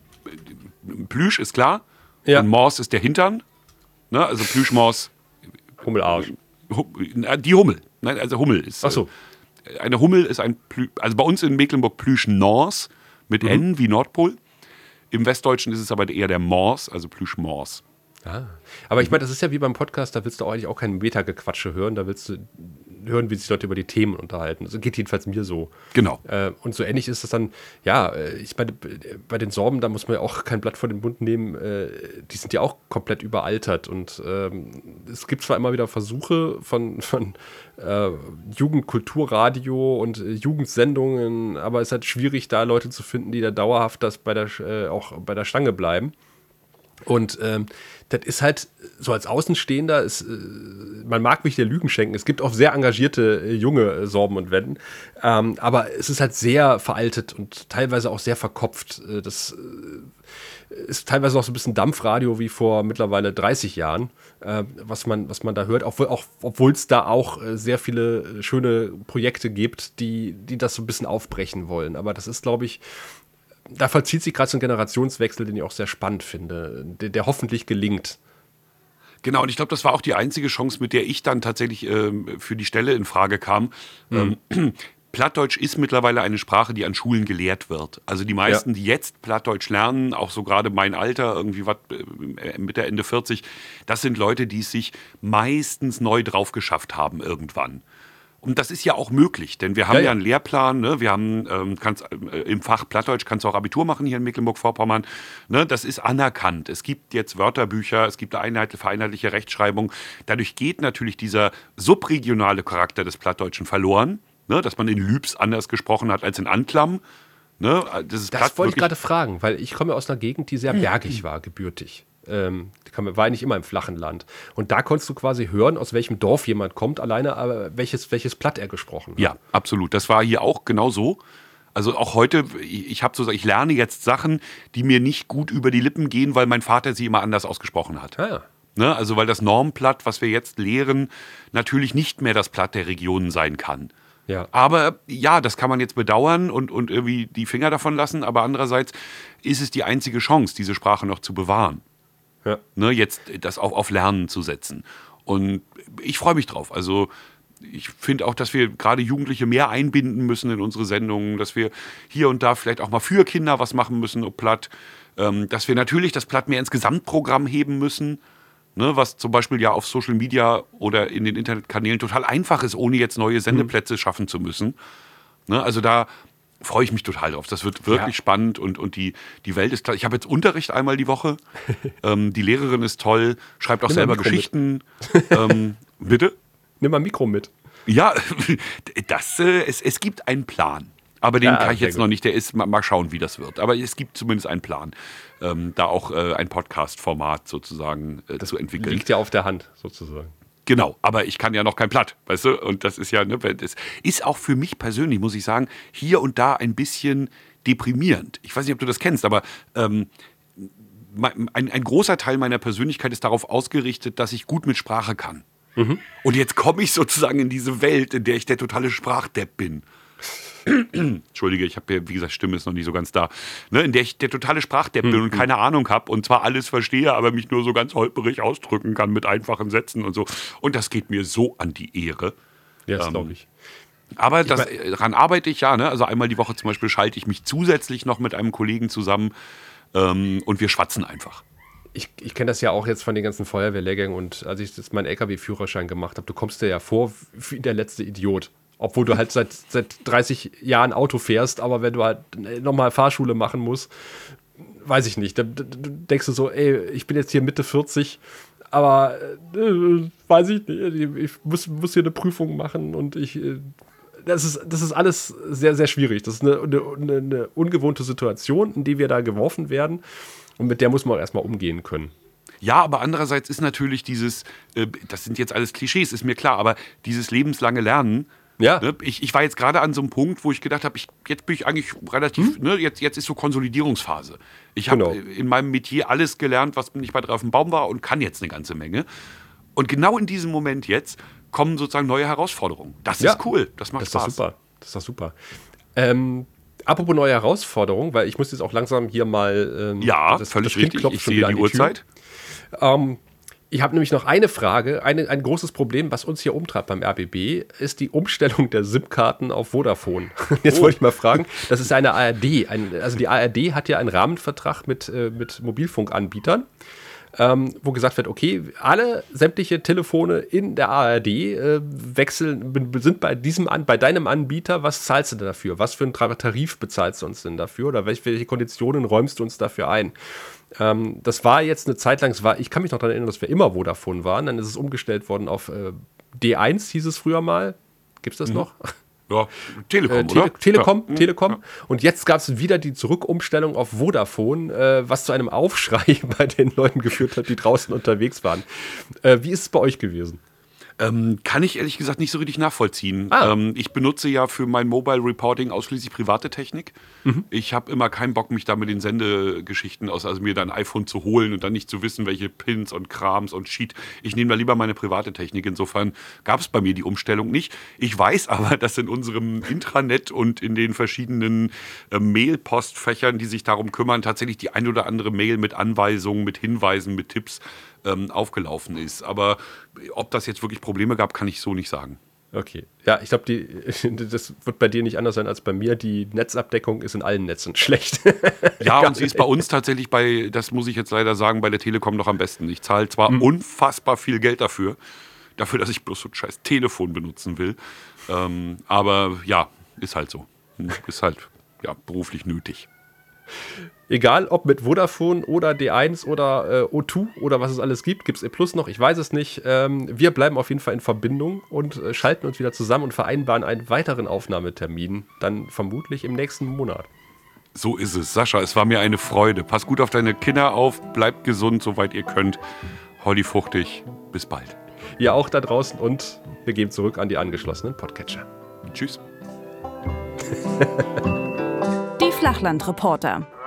Plüsch ist klar ja. und Mors ist der Hintern. Ne, also Plüschmaus. Hummelarsch. Die Hummel. Nein, also Hummel ist. Ach so. Eine Hummel ist ein Plü also bei uns in Mecklenburg Plüschnors mit mhm. N wie Nordpol. Im Westdeutschen ist es aber eher der Mors, also Plüschmors. Ah. Aber ich meine, das ist ja wie beim Podcast, da willst du eigentlich auch kein Meta-Gequatsche hören, da willst du hören, wie sich Leute über die Themen unterhalten. Das geht jedenfalls mir so. Genau. Äh, und so ähnlich ist das dann, ja, ich meine, bei den Sorben, da muss man ja auch kein Blatt vor den Mund nehmen, äh, die sind ja auch komplett überaltert und ähm, es gibt zwar immer wieder Versuche von, von äh, Jugendkulturradio und äh, Jugendsendungen, aber es ist halt schwierig, da Leute zu finden, die da dauerhaft das bei der, äh, auch bei der Stange bleiben. Und ähm, das ist halt so als Außenstehender, ist, äh, man mag mich der Lügen schenken. Es gibt auch sehr engagierte äh, junge äh, Sorben und Wetten, ähm, aber es ist halt sehr veraltet und teilweise auch sehr verkopft. Äh, das äh, ist teilweise auch so ein bisschen Dampfradio wie vor mittlerweile dreißig Jahren, äh, was man, was man da hört, obwohl auch, obwohl es da auch äh, sehr viele schöne Projekte gibt, die, die das so ein bisschen aufbrechen wollen. Aber das ist, glaube ich, da vollzieht sich gerade so ein Generationswechsel, den ich auch sehr spannend finde, der, der hoffentlich gelingt. Genau, und ich glaube, das war auch die einzige Chance, mit der ich dann tatsächlich ähm, für die Stelle in Frage kam. Mhm. Ähm, Plattdeutsch ist mittlerweile eine Sprache, die an Schulen gelehrt wird. Also die meisten, ja. die jetzt Plattdeutsch lernen, auch so gerade mein Alter, irgendwie was äh, Mitte, Ende vierzig, das sind Leute, die es sich meistens neu drauf geschafft haben irgendwann. Und das ist ja auch möglich, denn wir haben ja, ja. ja einen Lehrplan, ne? Wir haben ähm, kannst, äh, im Fach Plattdeutsch kannst du auch Abitur machen hier in Mecklenburg-Vorpommern. Ne? Das ist anerkannt. Es gibt jetzt Wörterbücher, es gibt eine Einheit, vereinheitliche Rechtschreibung. Dadurch geht natürlich dieser subregionale Charakter des Plattdeutschen verloren, ne? Dass man in Lübs anders gesprochen hat als in Anklam. Ne? Das, ist das wollte ich gerade fragen, weil ich komme aus einer Gegend, die sehr bergig war, gebürtig. Ähm, war nicht immer im flachen Land. Und da konntest du quasi hören, aus welchem Dorf jemand kommt, alleine aber welches, welches Platt er gesprochen hat. Ja, absolut. Das war hier auch genau so. Also auch heute, ich, ich habe so, ich lerne jetzt Sachen, die mir nicht gut über die Lippen gehen, weil mein Vater sie immer anders ausgesprochen hat. Ah. Ne? Also weil das Normplatt, was wir jetzt lehren, natürlich nicht mehr das Platt der Regionen sein kann. Ja. Aber ja, das kann man jetzt bedauern und, und irgendwie die Finger davon lassen. Aber andererseits ist es die einzige Chance, diese Sprache noch zu bewahren. Ja. Ne, jetzt das auch auf Lernen zu setzen. Und ich freue mich drauf. Also ich finde auch, dass wir gerade Jugendliche mehr einbinden müssen in unsere Sendungen, dass wir hier und da vielleicht auch mal für Kinder was machen müssen, ob Platt. Ähm, dass wir natürlich das Platt mehr ins Gesamtprogramm heben müssen, ne, was zum Beispiel ja auf Social Media oder in den Internetkanälen total einfach ist, ohne jetzt neue Sendeplätze mhm. schaffen zu müssen. Ne, also da freue ich mich total drauf. Das wird wirklich ja. spannend und, und die, die Welt ist klar. Ich habe jetzt Unterricht einmal die Woche. ähm, die Lehrerin ist toll, schreibt auch Nimm selber Geschichten. ähm, bitte? Nimm mal ein Mikro mit. Ja, das, äh, es, es gibt einen Plan. Aber den ja, kann ich jetzt gut. noch nicht. Der ist, mal, mal schauen, wie das wird. Aber es gibt zumindest einen Plan, ähm, da auch äh, ein Podcast-Format sozusagen äh, zu entwickeln. Liegt ja auf der Hand sozusagen. Genau, aber ich kann ja noch kein Platt, weißt du? Und das ist ja, ne, das ist auch für mich persönlich, muss ich sagen, hier und da ein bisschen deprimierend. Ich weiß nicht, ob du das kennst, aber ähm, ein, ein großer Teil meiner Persönlichkeit ist darauf ausgerichtet, dass ich gut mit Sprache kann. Mhm. Und jetzt komme ich sozusagen in diese Welt, in der ich der totale Sprachdepp bin. Entschuldige, ich habe ja, wie gesagt, Stimme ist noch nicht so ganz da. Ne, in der ich der totale Sprachdepp bin mhm. und keine Ahnung habe und zwar alles verstehe, aber mich nur so ganz holperig ausdrücken kann mit einfachen Sätzen und so. Und das geht mir so an die Ehre. Ja, das ähm, glaube ich. Aber das, daran arbeite ich ja. Ne? Also einmal die Woche zum Beispiel schalte ich mich zusätzlich noch mit einem Kollegen zusammen ähm, und wir schwatzen einfach. Ich, ich kenne das ja auch jetzt von den ganzen Feuerwehrlehrgängen und als ich das meinen L K W-Führerschein gemacht habe, du kommst dir ja vor wie der letzte Idiot. Obwohl du halt seit, seit dreißig Jahren Auto fährst, aber wenn du halt nochmal Fahrschule machen musst, weiß ich nicht. Da, da, da denkst du so, ey, ich bin jetzt hier Mitte vierzig, aber äh, weiß ich nicht, ich muss, muss hier eine Prüfung machen und ich, äh, das ist, das ist alles sehr, sehr schwierig. Das ist eine, eine, eine ungewohnte Situation, in die wir da geworfen werden. Und mit der muss man auch erstmal umgehen können. Ja, aber andererseits ist natürlich dieses, äh, das sind jetzt alles Klischees, ist mir klar, aber dieses lebenslange Lernen, Ja. ne, ich, ich war jetzt gerade an so einem Punkt, wo ich gedacht habe, ich, jetzt bin ich eigentlich relativ, hm? ne, jetzt, jetzt ist so Konsolidierungsphase. Ich habe Genau. in meinem Metier alles gelernt, was nicht bei drei auf dem Baum war und kann jetzt eine ganze Menge. Und genau in diesem Moment jetzt kommen sozusagen neue Herausforderungen. Das Ja. ist cool, das macht Das ist Spaß. doch super. Das ist doch super. Ähm, apropos neue Herausforderungen, weil ich muss jetzt auch langsam hier mal ähm, Ja, das, völlig das Kind richtig, klopft ich schon sehe wieder die an Tür. Uhrzeit. Ähm, ich habe nämlich noch eine Frage. Eine, ein großes Problem, was uns hier umtreibt beim R B B, ist die Umstellung der SIM-Karten auf Vodafone. Jetzt Oh. wollte ich mal fragen, das ist eine A R D. Ein, also die A R D hat ja einen Rahmenvertrag mit, äh, mit Mobilfunkanbietern, ähm, wo gesagt wird, okay, alle sämtliche Telefone in der A R D äh, wechseln, b- sind bei diesem an, bei deinem Anbieter, was zahlst du denn dafür? Was für einen Tra- Tarif bezahlst du uns denn dafür? Oder welche, welche Konditionen räumst du uns dafür ein? Ähm, das war jetzt eine Zeit lang, es war, ich kann mich noch daran erinnern, dass wir immer Vodafone waren, dann ist es umgestellt worden auf äh, D eins, hieß es früher mal. Gibt es das noch? Ja, Telekom, Äh, Tele oder? Telekom, Ja. Telekom. Ja. Und jetzt gab es wieder die Zurückumstellung auf Vodafone, äh, was zu einem Aufschrei bei den Leuten geführt hat, die draußen unterwegs waren. Äh, wie ist es bei euch gewesen? Ähm, kann ich ehrlich gesagt nicht so richtig nachvollziehen. Ah. Ähm, ich benutze ja für mein Mobile Reporting ausschließlich private Technik. Mhm. Ich habe immer keinen Bock, mich da mit den Sendegeschichten aus, also mir dann ein iPhone zu holen und dann nicht zu wissen, welche Pins und Krams und Sheet. Ich nehme da lieber meine private Technik. Insofern gab es bei mir die Umstellung nicht. Ich weiß aber, dass in unserem Intranet und in den verschiedenen äh, Mail-Postfächern, die sich darum kümmern, tatsächlich die ein oder andere Mail mit Anweisungen, mit Hinweisen, mit Tipps ähm, aufgelaufen ist. Aber ob das jetzt wirklich Probleme gab, kann ich so nicht sagen. Okay. Ja, ich glaube, das wird bei dir nicht anders sein als bei mir. Die Netzabdeckung ist in allen Netzen schlecht. Ja, und sie ist bei uns tatsächlich bei, das muss ich jetzt leider sagen, bei der Telekom noch am besten. Ich zahle zwar mhm. unfassbar viel Geld dafür, dafür, dass ich bloß so ein scheiß Telefon benutzen will. Ähm, aber ja, ist halt so. Ist halt ja, beruflich nötig. Egal, ob mit Vodafone oder D eins oder äh, O zwei oder was es alles gibt, gibt es E Plus noch, ich weiß es nicht. Ähm, wir bleiben auf jeden Fall in Verbindung und äh, schalten uns wieder zusammen und vereinbaren einen weiteren Aufnahmetermin, dann vermutlich im nächsten Monat. So ist es. Sascha, es war mir eine Freude. Pass gut auf deine Kinder auf, bleibt gesund, soweit ihr könnt. Holly fruchtig, bis bald. Ihr auch da draußen und wir gehen zurück an die angeschlossenen Podcatcher. Tschüss. Die Flachlandreporter.